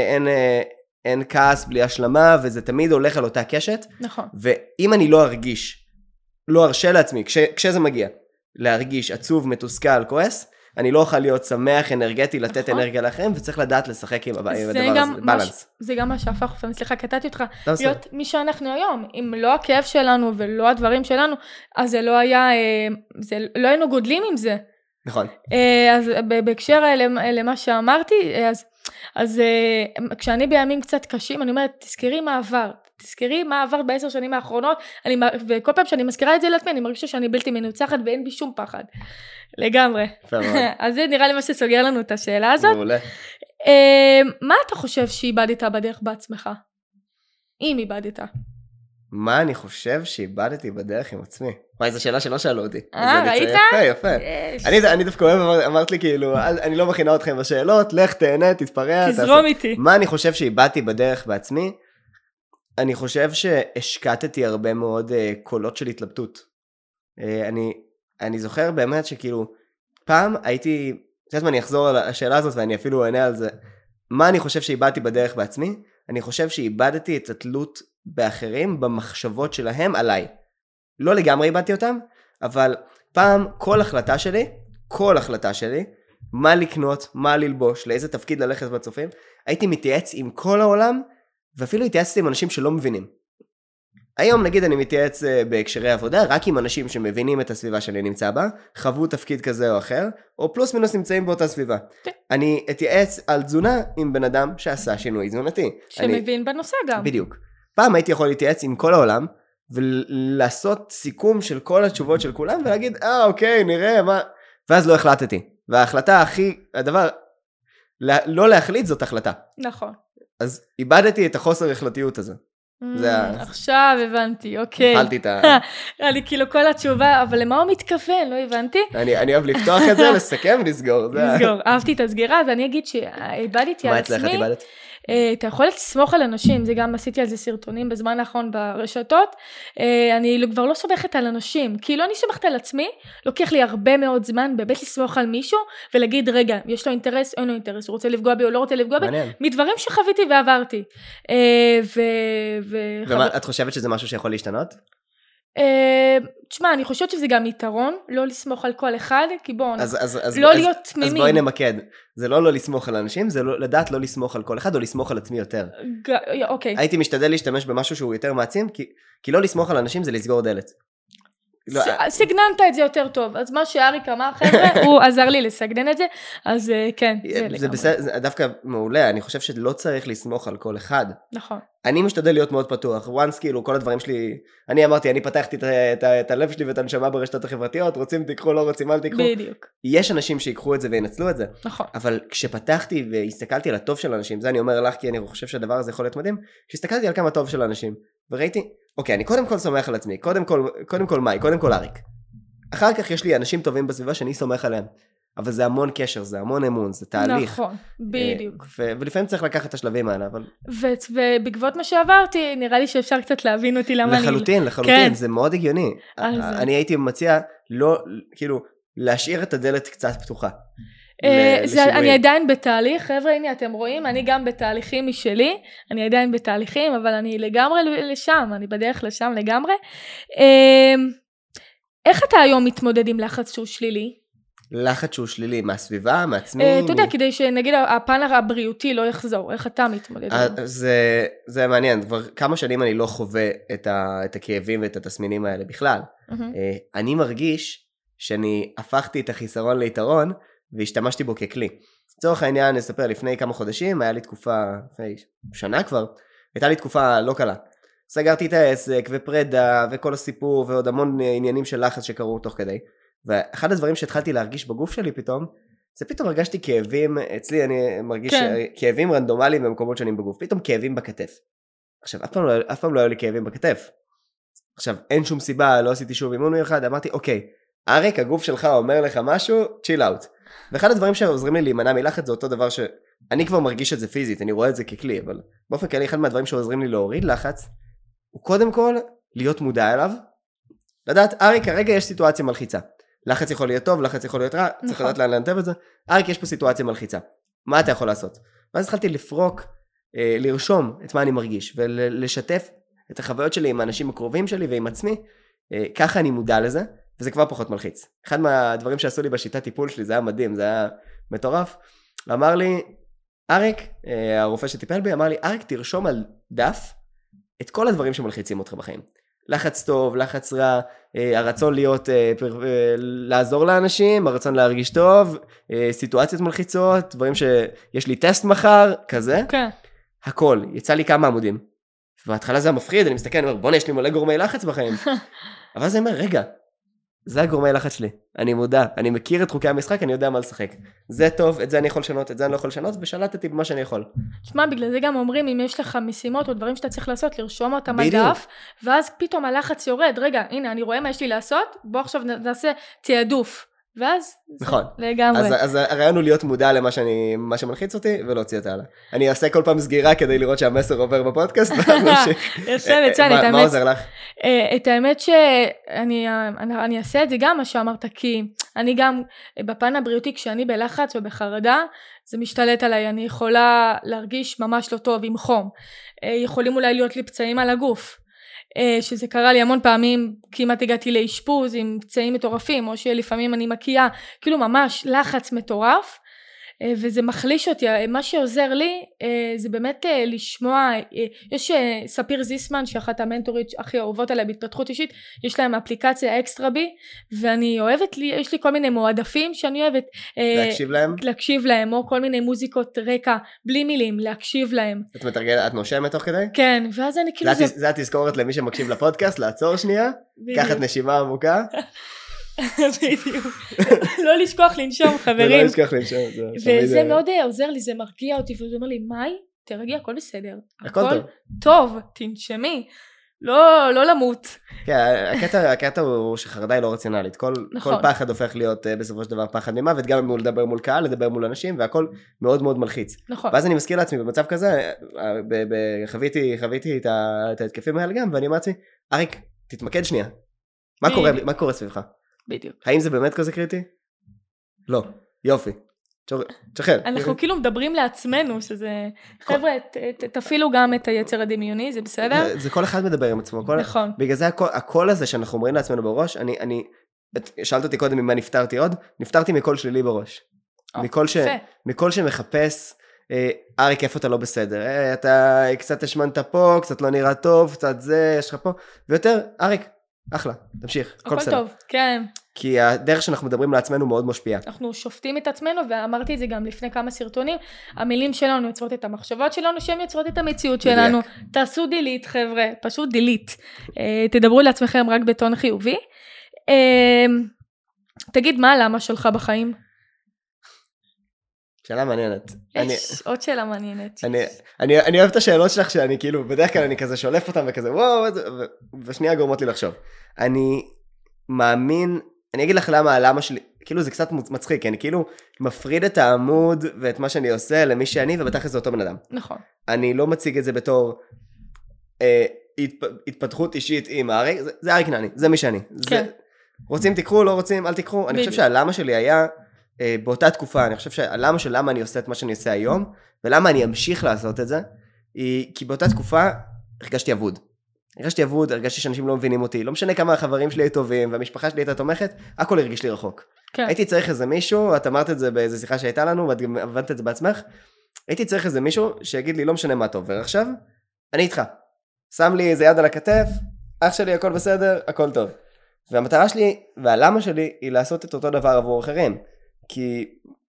אין כעס בלי השלמה, וזה תמיד הולך על אותה קשת. נכון. ואם אני לא ארשה לעצמי, כשזה מגיע, להרגיש עצוב, מתוסכל, כועס, אני לא אוכל להיות שמח, אנרגטי, לתת אנרגיה לאחרים, וצריך לדעת לשחק עם הדבר הזה, בלנס. זה גם מה שהפך אותנו, סליחה, קטעתי אותך, להיות מי שאנחנו היום, אם לא הכאב שלנו ולא הדברים שלנו, אז זה לא היה, לא היינו גודלים עם זה. נכון. אז בהקשר למה שאמרתי, אז כשאני בימים קצת קשים, אני אומרת, תזכרי מה עבר ב10 שנים האחרונות, וכל פעם שאני מזכירה את זה לעצמי, אני מרגישה שאני בלתי מנוצחת ואין בי שום פחד. לגמרי. אז זה נראה לי מה שסוגר לנו את השאלה הזאת. מעולה. מה אתה חושב שאיבדת בדרך בעצמך? אם איבדת. מה אני חושב שאיבדתי בדרך עם עצמי? וואי, זו שאלה שלא שאלו אותי. ראית? יפה. אני דווקא אוהב, אמרת לי כאילו, אני לא מכינה אתכם בשאלות, לך תהנה, תתפרע. תזרום איתי. מה אני חושב שאיבדתי בדרך בעצמי? אני חושב שהשקטתי הרבה מאוד קולות של התלבטות. אני זוכר באמת שכאילו, פעם הייתי, אני אחזור על השאלה הזאת ואני אפילו אענה על זה. מה אני חושב שאיבדתי בדרך בעצמי? אני חושב שאיבדתי את התלות באחרים במחשבות שלהם עליי. לא לגמרי איבדתי אותם, אבל פעם כל החלטה שלי, מה לקנות, מה ללבוש, לאיזה תפקיד ללכת בצופים, הייתי מתייעץ עם כל העולם, ואפילו התייעצתי עם אנשים שלא מבינים. היום נגיד אני מתייעץ בהקשרי עבודה, רק עם אנשים שמבינים את הסביבה שאני נמצא בה, חוו תפקיד כזה או אחר, או פלוס מינוס נמצאים באותה סביבה. אני אתייעץ על תזונה עם בן אדם שעשה שינוי תזונתי. שמבין בנושא גם. בדיוק. פעם הייתי יכול להתייעץ עם כל העולם, ולעשות סיכום של כל התשובות של כולם, ולהגיד, אוקיי, נראה מה... ואז לא החלטתי. וההחלטה הדבר, לא להחליט זאת החלטה. נכון. אז איבדתי את החוסר החלטיות הזה. עכשיו הבנתי, אוקיי. הפעלתי את ה... אני כאילו כל התשובה, אבל למה הוא מתכוון? לא הבנתי. אני אוהב לפתוח את זה, לסכם, לסגור. אהבתי את הסגירה, ואני אגיד שאיבדתי על עצמי. מה אצלך איבדת? אתה יכול לסמוך על אנשים, זה גם עשיתי על זה סרטונים בזמן האחרון ברשתות, אני כבר לא סומכת על אנשים, כי לא אני סומכת על עצמי, לוקח לי הרבה מאוד זמן באמת לסמוך על מישהו, ולהגיד רגע, יש לו אינטרס, אין לו אינטרס, הוא רוצה לפגוע בי או לא רוצה לפגוע בי, מדברים שחוויתי ועברתי. ואת חושבת שזה משהו שיכול להשתנות? תשמע, אני חושבת שזה גם יתרון, לא לסמוך על כל אחד, כי בואו, לא להיות תמימים. אז בואי נמקד, זה לא לסמוך על אנשים, זה לדעת לא לסמוך על כל אחד, או לסמוך על עצמי יותר. אוקיי. הייתי משתדל להשתמש במשהו שהוא יותר מעצים, כי לא לסמוך על אנשים זה לסגור דלת. סגננת את זה יותר טוב, אז מה שאריק אמר חבר'ה, הוא עזר לי לסגנן את זה, אז כן. זה דווקא מעולה, אני חושב שלא צריך לסמוך על כל אחד. נכון. אני משתדל להיות מאוד פתוח, once כאילו כל הדברים שלי, אני אמרתי, אני פתחתי את הלב שלי ואת הנשמה ברשתות החברתיות, רוצים תיקחו, לא רוצים אל תיקחו. בדיוק. יש אנשים שיקחו את זה וינצלו את זה. נכון. אבל כשפתחתי והסתכלתי על הטוב של אנשים, זה אני אומר לך כי אני חושב שהדבר הזה יכול להיות מדהים, כשהסתכלתי על כמה טוב של אנשים, וראיתי, אוקיי, אני קודם כל סומך על עצמי, קודם כל מאי, קודם כל אריק. אחר כך יש לי אנשים טובים בסביבה שאני סומך עליהם. אבל זה המון קשר, זה המון אמון, זה תהליך. נכון, בדיוק. ולפעמים צריך לקחת את השלבים האלה, אבל... ובעקבות מה שעברתי, נראה לי שאפשר קצת להבין אותי למה אני... לחלוטין, זה מאוד הגיוני. אני הייתי מציע, לא, כאילו, להשאיר את הדלת קצת פתוחה. אני עדיין בתהליך, חבר'ה, הנה אתם רואים, אני גם בתהליכים משלי, אני עדיין בתהליכים, אבל אני לגמרי לשם, אני בדרך לשם לגמרי. איך אתה היום מתמודד עם לחץ שהוא שלילי? לחץ שהוא שלילי, מהסביבה, מעצמי? אתה יודע, כדי שנגיד הפן הבריאותי לא יחזור, איך אתה מתמודד? זה מעניין, כבר כמה שנים אני לא חווה את הכאבים ואת התסמינים האלה בכלל. אני מרגיש שאני הפכתי את החיסרון ליתרון, והשתמשתי בו ככלי. לצורך העניין, נספר, לפני כמה חודשים, היה לי תקופה, לפני שנה כבר, הייתה לי תקופה לא קלה. סגרתי את העסק, ופרדה, וכל הסיפור, ועוד המון עניינים של לחץ שקרו תוך כדי. ואחד הדברים שהתחלתי להרגיש בגוף שלי פתאום, זה פתאום הרגשתי כאבים, אצלי אני מרגיש כאבים רנדומליים במקומות שונים בגוף, פתאום כאבים בכתף. עכשיו, אף פעם לא היו לי כאבים בכתף. עכשיו, אין שום סיבה, לא עשיתי שום אימון מיוחד, אמרתי, אוקיי, אריק, הגוף שלך אומר לך משהו, chill out. ואחד הדברים שעוזרים לי להימנע מלחץ זה אותו דבר שאני כבר מרגיש את זה פיזית, אני רואה את זה ככלי, אבל באופן כללי אחד מהדברים שעוזרים לי להוריד לחץ, הוא קודם כל להיות מודע אליו, לדעת, אריק, כרגע יש סיטואציה מלחיצה. לחץ יכול להיות טוב, לחץ יכול להיות רע, צריך לדעת לאן לנתב את זה. אריק, יש פה סיטואציה מלחיצה. מה אתה יכול לעשות? ואז התחלתי לפרוק, לרשום את מה אני מרגיש, ולשתף את החוויות שלי עם האנשים הקרובים שלי ועם עצמי, ככה אני מודע לזה, וזה כבר פחות מלחיץ. אחד מהדברים שעשו לי בשיטת טיפול שלי, זה היה מדהים, זה היה מטורף. אמר לי, אריק, הרופא שטיפל בי, אמר לי, אריק, תרשום על דף את כל הדברים שמלחיצים אותך בחיים. לחץ טוב, לחץ רע, הרצון להיות, לעזור לאנשים, הרצון להרגיש טוב, סיטואציות מלחיצות, דברים שיש לי טסט מחר, כזה. כן. הכל, יצא לי כמה עמודים. בהתחלה זה המפחיד, אני מסתכל, אני אומר, בוא, יש לי מלא גורמי לחץ בחיים. אבל זה אומר, רגע, זה הגורמי לחץ שלי, אני מודע, אני מכיר את חוקי המשחק, אני יודע מה לשחק. זה טוב, את זה אני יכול לשנות, את זה אני לא יכול לשנות, ושלטתי במה שאני יכול. תשמע, בגלל זה גם אומרים, אם יש לך משימות או דברים שאתה צריך לעשות, לרשום אותם מדף, ואז פתאום הלחץ יורד, רגע, הנה, אני רואה מה יש לי לעשות, בוא עכשיו נעשה תיעדוף. ואז נכון. לגמרי. אז הרעיון הוא להיות מודע למה שמלחיץ אותי ולהוציא אותה הלאה. אני אעשה כל פעם סגירה כדי לראות שהמסר עובר בפודקאסט. מה עוזר לך? את האמת שאני אעשה את זה גם מה שאמרת, כי אני גם בפן הבריאותי כשאני בלחץ ובחרדה זה משתלט עליי, אני יכולה להרגיש ממש לא טוב עם חום, יכולים אולי להיות לי פצעים על הגוף, שזה קרה לי המון פעמים, כמעט הגעתי לאשפוז עם פצעים מטורפים, או שלפעמים אני מקיאה, כאילו ממש לחץ מטורף, וזה מחליש אותי. מה שעוזר לי זה באמת לשמוע, יש ספיר זיסמן שאחת המנטורית הכי אוהבות עליה בהתפתחות אישית, יש להם אפליקציה אקסטרה בי, ואני אוהבת, יש לי כל מיני מועדפים שאני אוהבת להקשיב להם, או כל מיני מוזיקות רקע בלי מילים, להקשיב להם. את מתרגלת, את נושמת תוך כדי? כן, ואז אני כאילו זה התזכורת למי שמקשיב לפודקאסט, לעצור שנייה, קחת נשימה עמוקה. בדיוק. לא לשכוח לנשום, חברים. לא לשכוח לנשום. וזה מאוד עוזר לי, זה מרגיע אותי, וזה אומר לי, מאי, תרגי, הכל בסדר. הכל טוב, תנשמי, לא למות. כן, הקטע הוא שחרדה היא לא רציונלית. כל פחד הופך להיות בסופו של דבר פחד ממוות, גם אם לדבר מול קהל, לדבר מול אנשים, והכל מאוד מאוד מלחיץ. נכון. ואז אני מזכיר לעצמי, במצב כזה, חוויתי את ההתקפים האלה גם, ואני אומר לעצמי, אריק, תתמקד שנייה. מה קורה סביבך? בדיוק. האם זה באמת כזה קריטי? לא. יופי. תשחרר. אנחנו כאילו מדברים לעצמנו, שזה, חבר'ה, תפעילו גם את היצר הדמיוני, זה בסדר? זה כל אחד מדבר עם עצמו. נכון. בגלל זה הקול הזה שאנחנו אומרים לעצמנו בראש, שאלת אותי קודם ממה נפטרתי עוד, נפטרתי מקול שלילי בראש. מקול שמחפש, אריק, איפה אתה לא בסדר? אתה קצת השמנת פה, קצת לא נראה טוב, קצת זה, יש לך פה, ויותר, אריק, אחלה, תמשיך, הכל בסדר. הכל טוב, כן. כי הדרך שאנחנו מדברים לעצמנו מאוד משפיעה. אנחנו שופטים את עצמנו, ואמרתי את זה גם לפני כמה סרטונים, המילים שלנו יוצרות את המחשבות שלנו, שהן יוצרות את המציאות שלנו. תעשו דילית, חבר'ה, פשוט דילית. תדברו לעצמכם רק בטון חיובי. תגיד, מה הלמה שלך בחיים? שאלה מעניינת. יש עוד שאלה מעניינת. אני אוהב את השאלות שלך, שאני כאילו, בדרך כלל אני כזה שולף אותם וכזה, וואו, ושנייה גורמות לי לחשוב. אני מאמין, אני אגיד לך למה שלי, כאילו זה קצת מצחיק, אני כאילו מפריד את העמוד ואת מה שאני עושה למי שאני, ובטח זה אותו בן אדם. נכון. אני לא מציג את זה בתור התפתחות אישית עם אריק, זה אריק נני, זה מי שאני. כן. רוצים תיקחו, לא רוצים, אל תיקחו. אני חושב שהלמה שלי היה באותה תקופה, אני חושב שהלמה של למה אני עושה את מה שאני עושה היום, ולמה אני אמשיך לעשות את זה, כי באותה תקופה הרגשתי אבוד. הרגשתי שאנשים לא מבינים אותי, לא משנה כמה החברים שלי היו טובים, והמשפחה שלי הייתה תומכת, הכל הרגיש לי רחוק. כן. הייתי צריך איזה מישהו, את אמרת את זה באיזו שיחה שהייתה לנו, ואת גם הבנת את זה בעצמך, הייתי צריך איזה מישהו שיגיד לי, לא משנה מה טוב, ועכשיו, אני איתך. שם לי איזה יד על הכתף, אח שלי הכל בסדר, הכל טוב. והמטרה שלי, והלמה שלי, היא לעשות את אותו דבר עבור אחרים. כי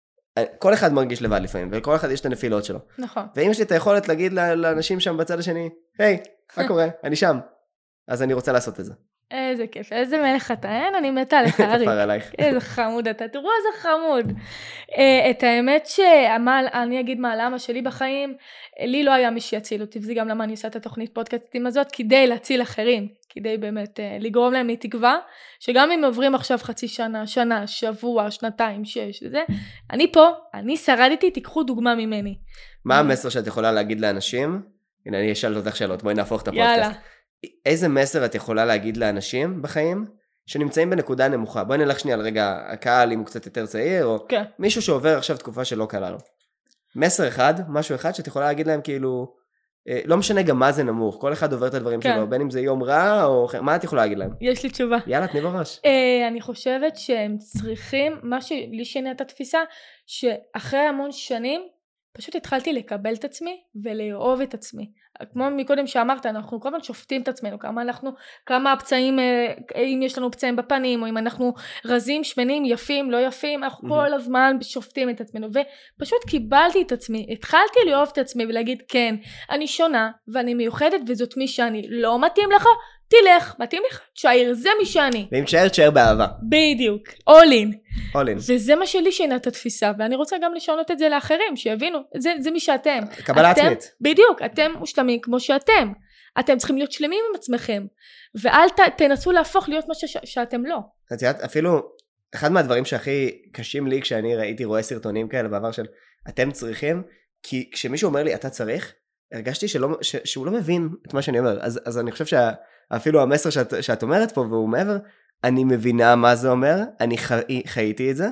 כל אחד מרגיש לבד לפעמים, ולכל אחד יש את הנפילות שלו. נכון. ואם יש לי את היכולת להגיד לאנשים שם בצד השני, היי, מה קורה? אני שם. אז אני רוצה לעשות את זה. איזה כיף, איזה מלך אתה, אין? אני מתה לך, אריק. כפר עלייך. איזה חמוד אתה, תראו איזה חמוד. את האמת שאני אגיד מה למה שלי בחיים, לי לא היה מי שיציל אותי, וזה גם למה אני עושה את התוכנית פודקאסטים הזאת, כדי להציל אחרים, כדי באמת לגרום להם מתקווה, שגם אם עוברים עכשיו חצי שנה, שנה, שבוע, שנתיים, 6, וזה, אני פה, אני שרדתי, תיקחו דוגמה ממני. מה המסר שאת יכולה להגיד לאנשים? הנה, אני אשאל אותך שאלות, בואי נהפוך את הפודקאסט. יאללה. איזה מסר את יכולה להגיד לאנשים בחיים שנמצאים בנקודה נמוכה? בואי נלך שנייה על רגע, הקהל אם הוא קצת יותר צעיר, או כן. מישהו שעובר עכשיו תקופה שלא קלה לו. מסר אחד, משהו אחד שאת יכולה להגיד להם כאילו, לא משנה גם מה זה נמוך, כל אחד עובר את הדברים כן. שלו, בין אם זה יום רע, או מה את יכולה להגיד להם? יש לי תשובה. יאללה, תני בראש. אני חושבת שהם צריכים, מה שלי שינה את התפיסה, שאחרי המון שנים, פשוט התחלתי לקבל את עצמי ולאהוב את עצמי. כמו מקודם שאמרת, אנחנו כל הזמן שופטים את עצמנו, כמה הפצעים, אם יש לנו פצעים בפנים, או אם אנחנו רזים, שמנים, יפים, לא יפים, אנחנו כל הזמן שופטים את עצמנו, ופשוט קיבלתי את עצמי, התחלתי לאהוב את עצמי ולהגיד, כן, אני שונה, ואני מיוחדת, וזאת מי שאני. לא מתאים לך? תלך, מתאים לך? תשאר, זה מי שאני. ואם תשאר באהבה. בדיוק, all in. all in. וזה מה שלי שינה את התפיסה, ואני רוצה גם לשנות את זה לאחרים, שיבינו, זה מי שאתם. קבלה עצמית. בדיוק, אתם מושלמים כמו שאתם. אתם צריכים להיות שלמים עם עצמכם, ואל תנסו להפוך להיות מה שאתם לא. את יודעת, אפילו, אחד מהדברים שהכי קשים לי, כשאני רואה סרטונים כאלה בעבר של, אתם צריכים, כי כשמישהו אומר לי, אתה צריך, הרגשתי שהוא לא מבין את מה שאני אומר. אז אני חושב אפילו המסר שאת אומרת פה, והוא מעבר, אני מבינה מה זה אומר, אני חייתי את זה.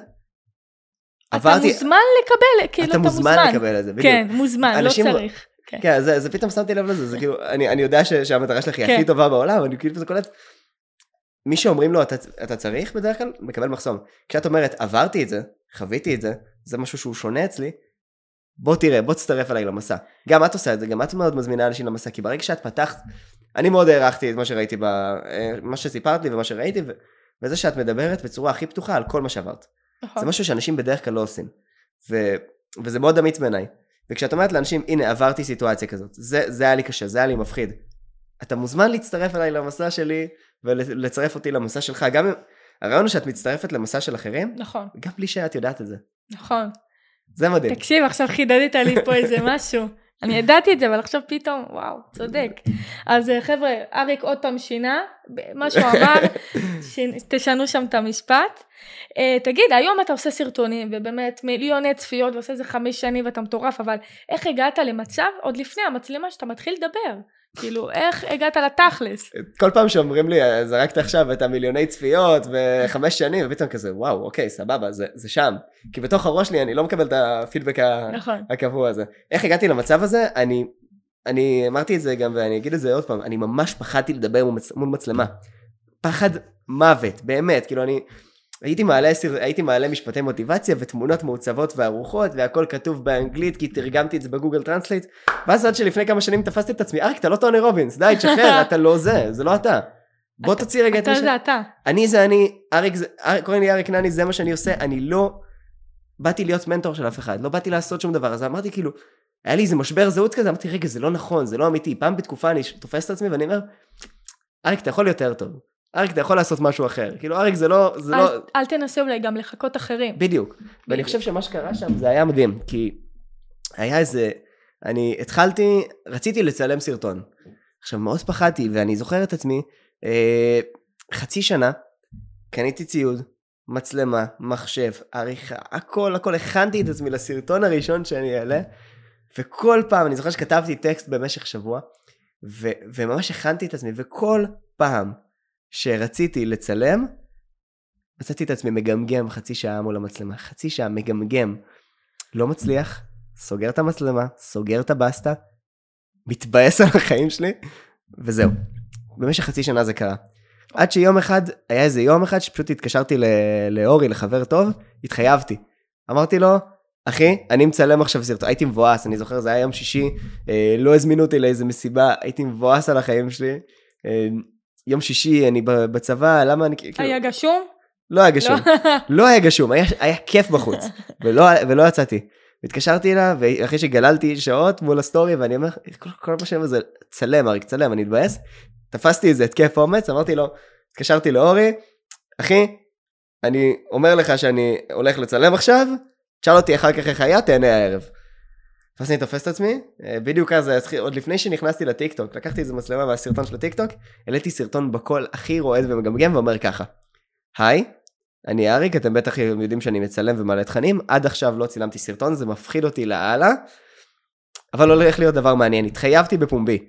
אתה מוזמן לקבל, כאילו אתה מוזמן. אתה מוזמן לקבל את זה, בדיוק. כן, מוזמן, לא צריך. כן, זה פתאום שמתי לב לזה, זה כאילו, אני יודע שהמטרה שלך היא הכי טובה בעולם, אני כאילו זה קולט, מי שאומרים לו, אתה צריך בדרך כלל, מקבל מחסום. כשאת אומרת, עברתי את זה, חוויתי את זה, זה משהו שהוא שונה אצלי, בוא תראה, בוא תצטרף אליי למסע. גם את עושה את זה, גם את מאוד מזמינה אנשים למסע, כי ברגע שאת פתחת, אני מאוד הערכתי את מה שראיתי, מה שסיפרת לי ומה שראיתי, וזה שאת מדברת בצורה הכי פתוחה על כל מה שעברת. זה משהו שאנשים בדרך כלל לא עושים. וזה מאוד אמיץ בעיניי. וכשאת אומרת לאנשים, הנה, עברתי סיטואציה כזאת, זה היה לי קשה, זה היה לי מפחיד. אתה מוזמן להצטרף אליי למסע שלי, ולצרף אותי למסע שלך. גם הרעיון הוא שאת מצטרפת למסע של אחרים, נכון. גם בלי שאת יודעת את זה. נכון. זה מדהים. תקשיב, עכשיו חידדת לי פה איזה משהו. אני ידעתי את זה, אבל עכשיו פתאום, וואו, צודק. אז חבר'ה, אריק עוד פעם שינה, מה שהוא אמר, תשנו שם את המשפט. תגיד, היום אתה עושה סרטונים, ובאמת מיליוני צפיות, ועושה איזה 5 שנים, ואתה מטורף, אבל איך הגעת למצב, עוד לפני המצלמה, שאתה מתחיל לדבר? כאילו, איך הגעת לתכלס? כל פעם שאומרים לי, זרקת עכשיו את המיליוני צפיות, ו5 שנים, ופתאום כזה, וואו, אוקיי, סבבה, זה שם. כי בתוך הראש שלי, אני לא מקבל את הפידבק הקבוע הזה. איך הגעתי למצב הזה? אני אמרתי את זה גם, ואני אגיד את זה עוד פעם, אני ממש פחדתי לדבר מול מצלמה. פחד מוות, באמת, כאילו הייתי מעלה משפטי מוטיבציה ותמונות מעוצבות וערוכות והכל כתוב באנגלית כי תרגמתי את זה בגוגל טרנסלייט, ואז עד שלפני כמה שנים תפסתי את עצמי, אריק, אתה לא טוני רובינס, די, תשחרר, אתה לא זה לא אתה. בוא תוציא רגע את אתה זה אתה. אני זה אני, קוראים לי אריק נני, זה מה שאני עושה, אני לא באתי להיות מנטור של אף אחד, לא באתי לעשות שום דבר, אז אמרתי כאילו, היה לי איזה משבר זהות כזה, אמרתי רגע, זה לא נכון, זה לא אמיתי, פעם בתקופה אני תופס את עצמי ואני אומר, אריק, אתה יכול יותר טוב. אריק, אתה יכול לעשות משהו אחר. כאילו, אריק, זה לא... אל תנסה אולי גם לחכות אחרים. בדיוק. ואני חושב שמה שקרה שם, זה היה מדהים. כי היה איזה... רציתי לצלם סרטון. עכשיו, מאוד פחדתי, ואני זוכר את עצמי, חצי שנה, קניתי ציוד, מצלמה, מחשב, עריכה, הכל, הכנתי את עצמי לסרטון הראשון שאני אעלה, וכל פעם, אני זוכר שכתבתי טקסט במשך שבוע, וממש הכנתי את עצמי, וכל פעם, שרציתי לצלם, מצאתי את עצמי מגמגם חצי שעה מול המצלמה, חצי שעה מגמגם, לא מצליח, סוגר את המצלמה, סוגר את הבסטה, מתבאס על החיים שלי, וזהו. במשך חצי שנה זה קרה. עד שיום אחד, היה איזה יום אחד שפשוט התקשרתי לאורי, לחבר טוב, התחייבתי. אמרתי לו, אחי, אני מצלם עכשיו סרטון, הייתי מבואס, אני זוכר, זה היה יום שישי, לא הזמינו אותי לאיזה מסיבה, הייתי מבואס על החיים שלי, יום שישי, אני בצבא, למה אני... היה גשום? לא היה גשום, לא היה גשום, היה כיף בחוץ, ולא יצאתי. התקשרתי אליו, ואחרי שגללתי שעות מול הסטורי, ואני אומר, כל מה שם זה, צלם, אריק, צלם, אני אתבאס, תפסתי איזה התקף אומץ, אמרתי לו, התקשרתי לאורי, אחי, אני אומר לך שאני הולך לצלם עכשיו, תשאל אותי אחר כך איך היה, תהנה הערב. אז אני תופס את עצמי, בדיוק אז, עוד לפני שנכנסתי לטיקטוק, לקחתי איזה מצלמה מהסרטון של הטיקטוק, העליתי סרטון בקול הכי רועד ומגמגם, ואומר ככה, היי, אני אריק, אתם בטח יודעים שאני מצלם ומעלה תכנים, עד עכשיו לא צילמתי סרטון, זה מפחיד אותי להעלה, אבל הולך להיות דבר מעניין, התחייבתי בפומבי.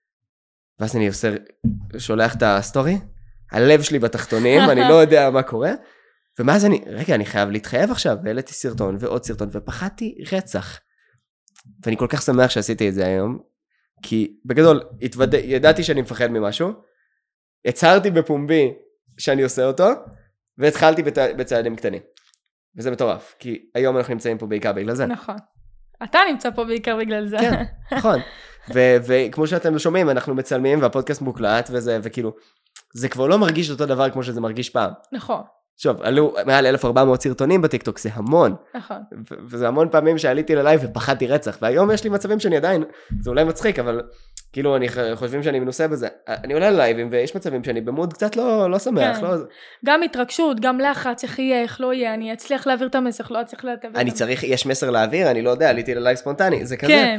ואז אני שולח את הסטורי, הלב שלי בתחתונים, אני לא יודע מה קורה, ומאז אני חייב להתחייב עכשיו, והעליתי סרטון ועוד סרטון, ופחדתי רצח. ואני כל כך שמח שעשיתי את זה היום, כי בגדול, ידעתי שאני מפחד ממשהו, הצהרתי בפומבי שאני עושה אותו, והתחלתי בצעדים קטנים. וזה מטורף, כי היום אנחנו נמצאים פה בעיקר בגלל זה. נכון. אתה נמצא פה בעיקר בגלל זה. כן, נכון. וכמו שאתם שומעים, אנחנו מצלמים, והפודקאסט מוקלט, וכאילו, זה כבר לא מרגיש אותו דבר כמו שזה מרגיש פעם. נכון. שוב, עלו מעל 1,400 סרטונים בטיקטוק, זה המון. נכון. וזה המון פעמים שעליתי ללייב ופחדתי רצח, והיום יש לי מצבים שאני עדיין, זה אולי מצחיק, אבל כאילו אני חושבים שאני מנוסה בזה. אני עולה ללייבים ויש מצבים שאני במוד קצת לא שמח. כן. לא... גם התרגשות, גם לחץ, איך יהיה, איך לא יהיה, אני אצליח להעביר את המסך, לא אצליח להעביר את המסך. יש מסר להעביר, אני לא יודע, עליתי ללייב ספונטני, זה כזה. כן.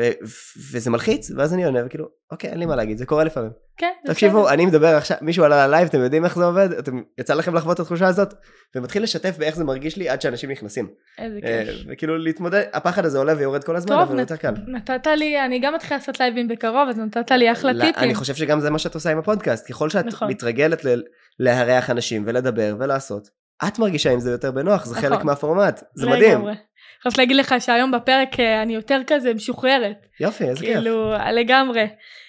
וזה מלחיץ, ואז אני עונה, וכאילו, אוקיי, אין לי מה להגיד, זה קורה לפעמים. כן, תקשיבו, אני מדבר עכשיו, מישהו עלה ללייב, אתם יודעים איך זה עובד? יצא לכם לחוות את התחושה הזאת? ומתחיל לשתף באיך זה מרגיש לי עד שאנשים נכנסים. איזה כיף. וכאילו להתמודד, הפחד הזה עולה ויורד כל הזמן, אבל יותר קל. נתת לי, אני גם מתחילה לעשות לייבים בקרוב, אז נתת לי אחלה טיפים. אני חושב שגם זה מה שאת עושה עם הפודקאסט, ככל שאת מתרגלת להריח אנשים ולדבר ולעשות, את מרגישה עם זה יותר בנוח, זה חלק מהפורמט, זה מדהים. אני חושבת להגיד לך שהיום בפרק אני יותר כזה משוחררת. יופי, איזה כיף. כאילו, לגמרי.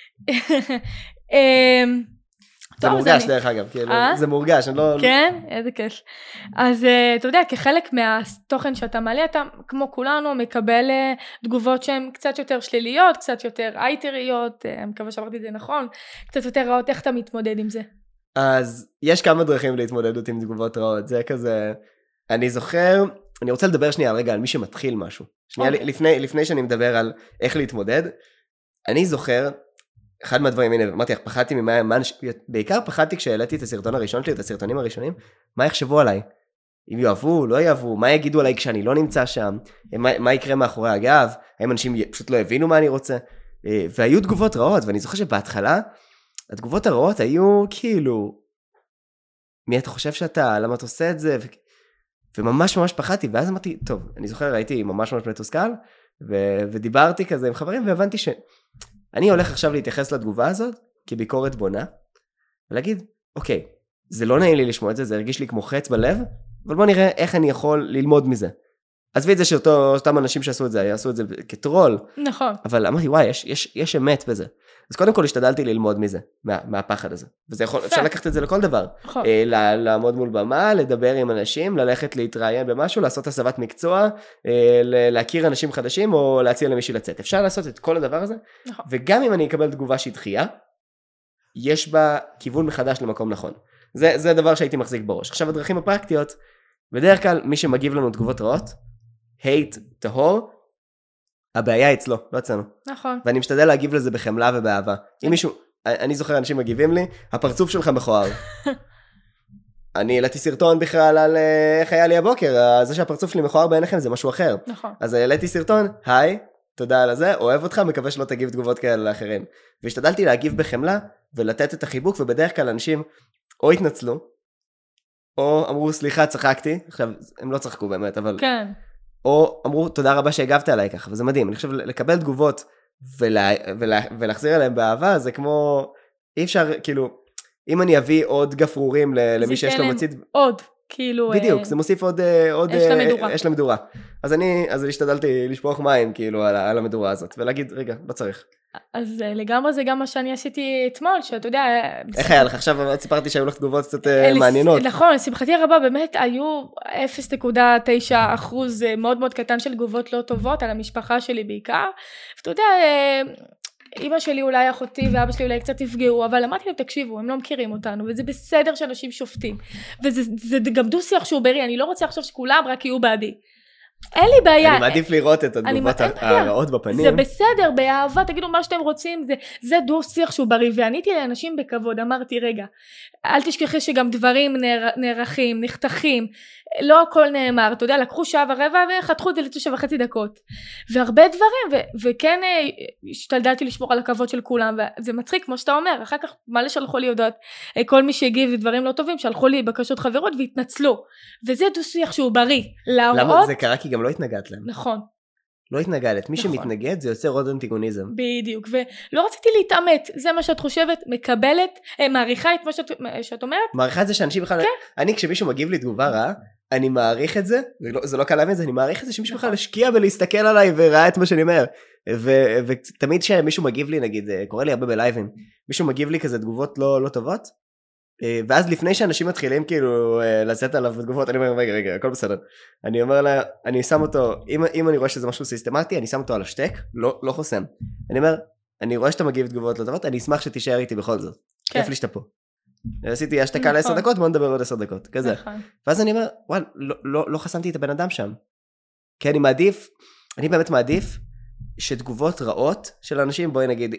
זה מורגש דרך אגב, כאילו, זה מורגש, אני לא... כן, איזה כיף. אז אתה יודע, כחלק מהתוכן שאתה מעלה, אתה כמו כולנו מקבל תגובות שהן קצת יותר שליליות, קצת יותר אייטריות, אני מקווה שאמרתי את זה נכון, קצת יותר רעות, איך אתה מתמודד עם זה? אז יש כמה דרכים להתמודדות עם תגובות רעות, זה כזה, אני זוכר, אני רוצה לדבר שנייה רגע על מי שמתחיל משהו, שנייה לפני שאני מדבר על איך להתמודד, אני זוכר, אחד מהדברים, הנה, אמרתי לך, פחדתי בעיקר פחדתי כשהעליתי את הסרטון הראשון שלי, את הסרטונים הראשונים, מה יחשבו עליי? אם יאהבו, לא יאהבו, מה יגידו עליי כשאני לא נמצא שם, מה יקרה מאחורי הגב, האם אנשים פשוט לא הבינו מה אני רוצה, והיו תגובות רעות, ואני זוכר שבהתחלה, התגובות הרעות היו כאילו, מי אתה חושב שאתה, למה אתה עושה את זה, וממש ממש פחדתי, ואז אמרתי, טוב, אני זוכר, הייתי ממש ממש מתוסכל, ודיברתי כזה עם חברים, והבנתי שאני הולך עכשיו להתייחס לתגובה הזאת, כביקורת בונה, ולהגיד, אוקיי, זה לא נעים לי לשמוע את זה, זה הרגיש לי כמו חץ בלב, אבל בוא נראה איך אני יכול ללמוד מזה. עזבי את זה שאותם אנשים שעשו את זה, יעשו את זה כטרול. נכון. אבל אמרתי, וואי, יש אמת בזה. אז קודם כל השתדלתי ללמוד מזה, מהפחד הזה. וזה יכול, אפשר לקחת את זה לכל דבר. נכון. לעמוד מול במה, לדבר עם אנשים, ללכת להתראיין במשהו, לעשות הסבת מקצוע, להכיר אנשים חדשים, או להציע למישהו לצאת. אפשר לעשות את כל הדבר הזה. נכון. וגם אם אני אקבל תגובה שהיא דחייה, יש בה כיוון מחדש למקום נכון. זה דבר שהייתי מחזיק בראש. עכשיו הדרכים הפרקטיות, בדרך כלל מי שמגיב לנו תגובות רעות, hate, טהור, הבעיה אצלו, לא אצלנו. נכון. ואני משתדל להגיב לזה בחמלה ובאהבה. אם מישהו, אני זוכר אנשים מגיבים לי, הפרצוף שלך מכוער. אני העליתי סרטון בכלל על איך היה לי הבוקר, זה שהפרצוף שלי מכוער בעיניכם זה משהו אחר. נכון. אז העליתי סרטון, היי, תודה על זה, אוהב אותך, מקווה שלא תגיב תגובות כאלה לאחרים. והשתדלתי להגיב בחמלה ולתת את החיבוק, ובדרך כלל אנשים או התנצלו, או אמרו סליחה, צחקתי, עכשיו הם לא צחקו באמת, אבל... כן. או אמרו תודה רבה שהגבת עליי ככה, וזה מדהים, אני חושב לקבל תגובות ולהחזיר עליהם באהבה, זה כמו, אי אפשר כאילו, אם אני אביא עוד גפרורים למי שיש לו מציד, עוד. כאילו... בדיוק, זה מוסיף עוד אש למדורה. אז אני השתדלתי לשפוך מים, כאילו, על המדורה הזאת, ולהגיד, רגע, לא צריך. אז לגמרי זה גם מה שאני עשיתי אתמול, שאתה יודע... איך היה לך? עכשיו סיפרתי שהיו לך תגובות קצת מעניינות. נכון, לשמחתי הרבה, באמת היו 0.9% מאוד מאוד קטן של תגובות לא טובות, על המשפחה שלי בעיקר. ואתה יודע... אמא שלי אולי אחותי ואבא שלי אולי קצת יפגעו, אבל אמרתי להם, תקשיבו, הם לא מכירים אותנו, וזה בסדר שאנשים שופטים, וזה גם דו שיח שהוא ברי, אני לא רוצה עכשיו שכולם רק יהיו בעדי. אין לי בעיה. אני מעדיף לראות את התגובות הרעות בפנים. זה בסדר, באהבה, תגידו מה שאתם רוצים, זה דו שיח שהוא בריא, ועניתי לאנשים בכבוד, אמרתי, רגע, אל תשכחי שגם דברים נערכים, נחתכים, לא הכל נאמר, אתה יודע, לקחו שעה ורבע וחתכו את זה ל9.5 דקות, והרבה דברים, וכן השתדלתי לשמור על הכבוד של כולם, וזה מצחיק, כמו שאתה אומר, אחר כך מלא שלחו לי יודעות, כל מי שהגיב דברים לא טובים, שלחו לי בקשות חברות והתנצלו, וזה דו שיח שהוא בריא, להראות... למה זה קרה? כי גם לא התנגדת להם. נכון. לא התנגדת, מי שמתנגד זה יוצר עוד אנטיגוניזם. בדיוק, ולא רציתי להתאמת, זה מה שאת חושבת, מקבלת, מעריכה את מה שאת אומרת. מעריכה את זה שאנשים בכלל, אני כשמישהו מגיב לי תגובה רעה, אני מעריך את זה, זה לא קל להבין את זה, אני מעריך את זה שמישהו בכלל השקיע בלהסתכל עליי וראה את מה שאני אומר, ותמיד כשמישהו מגיב לי, נגיד, קורא לי הרבה בלייבים, מישהו מגיב לי כזה תגובות לא טובות, ואז לפני שאנשים מתחילים כאילו לצאת עליו תגובות, אני אומר, רגע, הכל בסדר. אני אומר לה, אני שם אותו, אם אני רואה שזה משהו סיסטמטי, אני שם אותו על השטק, לא חוסם. אני אומר, אני רואה שאתה מגיב תגובות לא טובות, אני אשמח שתישאר איתי בכל זאת. כיף לי שאתה פה. עשיתי השתקה ל10 דקות, בוא נדבר עוד 10 דקות, כזה. ואז אני אומר, וואל, לא חסמתי את הבן אדם שם. כי אני באמת מעדיף שתגובות רעות של אנשים, בואי נגיד,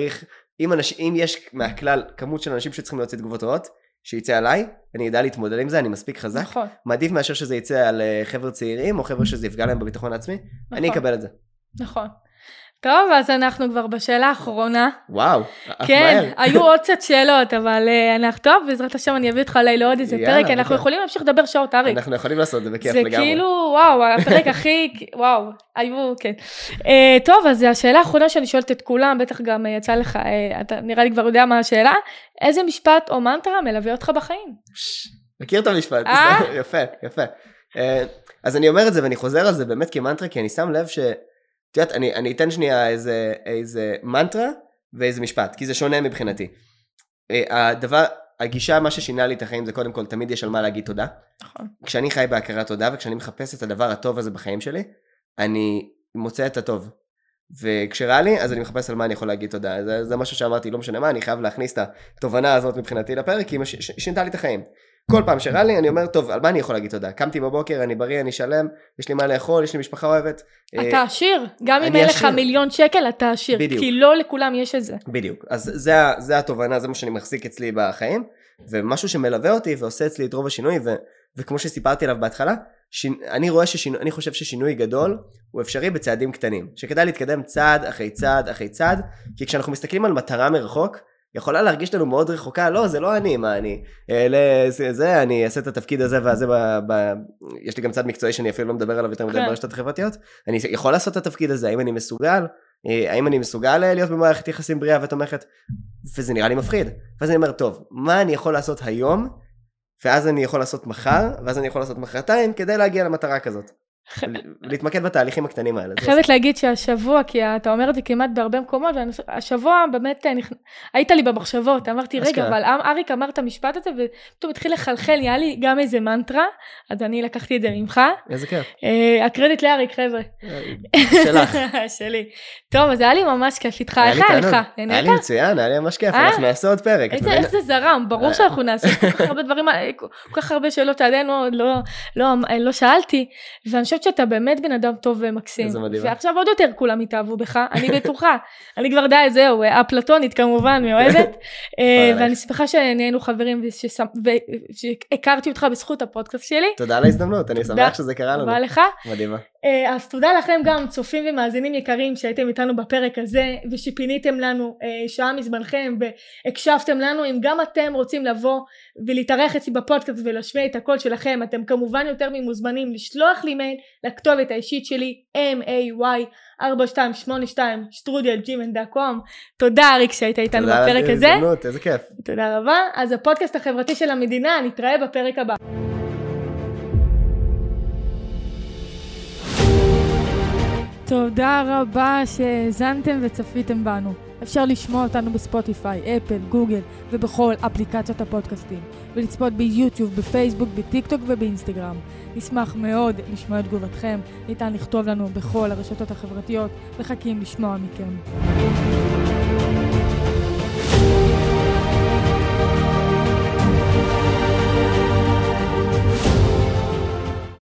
אם יש מהכלל כמות של אנשים שצריכים להוציא תגובות רעות, שיצא עליי, אני יודע להתמודד עם זה, אני מספיק חזק. נכון. מעדיף מאשר שזה יצא על חבר'ה צעירים, או חבר'ה שזה יפגע להם בביטחון העצמי, נכון. אני אקבל את זה. נכון. טוב, אז אנחנו כבר בשאלה האחרונה. וואו, כן, היו עוד קצת שאלות, אבל אנחנו טוב, בעזרת השם אני אביא אותך עליי לעוד איזה פרק, אנחנו יכולים להמשיך לדבר שעות, אריק. אנחנו יכולים לעשות את זה בכיף לגמרי. זה כאילו, וואו, הפרק הכי, וואו, היו, כן. טוב, אז השאלה האחרונה שאני שואלת את כולם, בטח גם יצא לך, אתה נראה לי כבר יודע מה השאלה, איזה משפט או מנטרה מלווה אותך בחיים? מכיר את המשפט, יפה. אז אני אומר את זה ואני חוזר על זה באמת כמנטרה, כי אני שם לב ש את יודעת, אני אתן שנייה איזה מנטרה ואיזה משפט, כי זה שונה מבחינתי. הגישה, מה ששינה לי את החיים זה קודם כל, תמיד יש על מה להגיד תודה. נכון. כשאני חי בהכרת תודה, וכשאני מחפש את הדבר הטוב הזה בחיים שלי, אני מוצא את הטוב. וכשרע לי, אז אני מחפש על מה אני יכול להגיד תודה. זה משהו שאמרתי, לא משנה מה, אני חייב להכניס את התובנה הזאת מבחינתי לפרק, כי היא שינתה לי את החיים. כל פעם שרע לי, אני אומר, טוב, על מה אני יכול להגיד תודה? קמתי בבוקר, אני בריא, אני שלם, יש לי מה לאכול, יש לי משפחה אוהבת. אתה עשיר, גם אם אין לך מיליון שקל, אתה עשיר, כי לא לכולם יש את זה. בדיוק, אז זה התובנה, זה מה שאני מחזיק אצלי בחיים, ומשהו שמלווה אותי ועושה אצלי את רוב השינוי, וכמו שסיפרתי עליו בהתחלה, אני חושב ששינוי גדול הוא אפשרי בצעדים קטנים, שכדאי להתקדם צעד אחרי צעד אחרי צעד, כי כשאנחנו מסתכלים על מטרה מרחוק, יכולה להרגיש לנו מאוד רחוקה, לא, זה לא אני, מה אני, אני אעשה את התפקיד הזה והזה, יש לי גם צד מקצועי שאני אפילו לא מדבר עליו יותר מדי ברשתות החברתיות, אני יכול לעשות את התפקיד הזה, האם אני מסוגל להיות במערכת יחסים בריאה ותומכת, וזה נראה לי מפחיד, ואז אני אומר, טוב, מה אני יכול לעשות היום, ואז אני יכול לעשות מחר, ואז אני יכול לעשות מחרתיים, כדי להגיע למטרה כזאת. להתמקד בתהליכים הקטנים האלה. חייבת להגיד שהשבוע, כי אתה אומר את זה כמעט בהרבה מקומות, והשבוע באמת היית לי במחשבות, אמרתי רגע, אבל אריק אמר את המשפט הזה, ופתאום התחיל לחלחל, היה לי גם איזה מנטרה, אז אני לקחתי את זה ממך. איזה כיף. הקרדיט לאריק, חבר'ה. שלך. שלי. טוב, אז היה לי ממש כיף איתך, איך היה לך? היה לי מצוין, היה לי ממש כיף, אנחנו נעשה עוד פרק. איך זה זרם, ברור שאנחנו נעשה כל כך הרבה דברים, כל כך הרבה שאלות שעדיין לא שאלתי, ואני חושבת שאתה באמת בן אדם טוב ומקסים. ועכשיו עוד יותר כולם התאהבו בך, אני בטוחה. אני כבר די, זהו, אפלטונית כמובן, מאוהבת. ואני שמחה שנהיינו חברים והכרתי אותך בזכות הפודקאסט שלי. תודה על ההזדמנות, אני שמח שזה קרה לנו. תודה לך. מדהימה. אז תודה לכם גם צופים ומאזינים יקרים שהייתם איתנו בפרק הזה ושפיניתם לנו שעה מזמנכם והקשבתם לנו. אם גם אתם רוצים לבוא ולהתארח אצלי בפודקאסט ולהשמיע את הקול שלכם, אתם כמובן יותר ממוזמנים לשלוח לי מייל לכתובת האישית שלי may4282@gmail.com. תודה אריק שהיית איתנו בפרק הזה. תודה על ההזדמנות, איזה כיף. תודה רבה. אז הפודקאסט החברתי של המדינה, נתראה בפרק הבא. תודה רבה שהזנתם וצפיתם בנו. אפשר לשמוע אותנו בספוטיפיי, אפל, גוגל ובכל אפליקציות הפודקאסטים, ולצפות ביוטיוב, בפייסבוק, בטיקטוק ובאינסטגרם. נשמח מאוד לשמוע את תגובתכם, ניתן לכתוב לנו בכל הרשתות החברתיות, מחכים לשמוע מכם.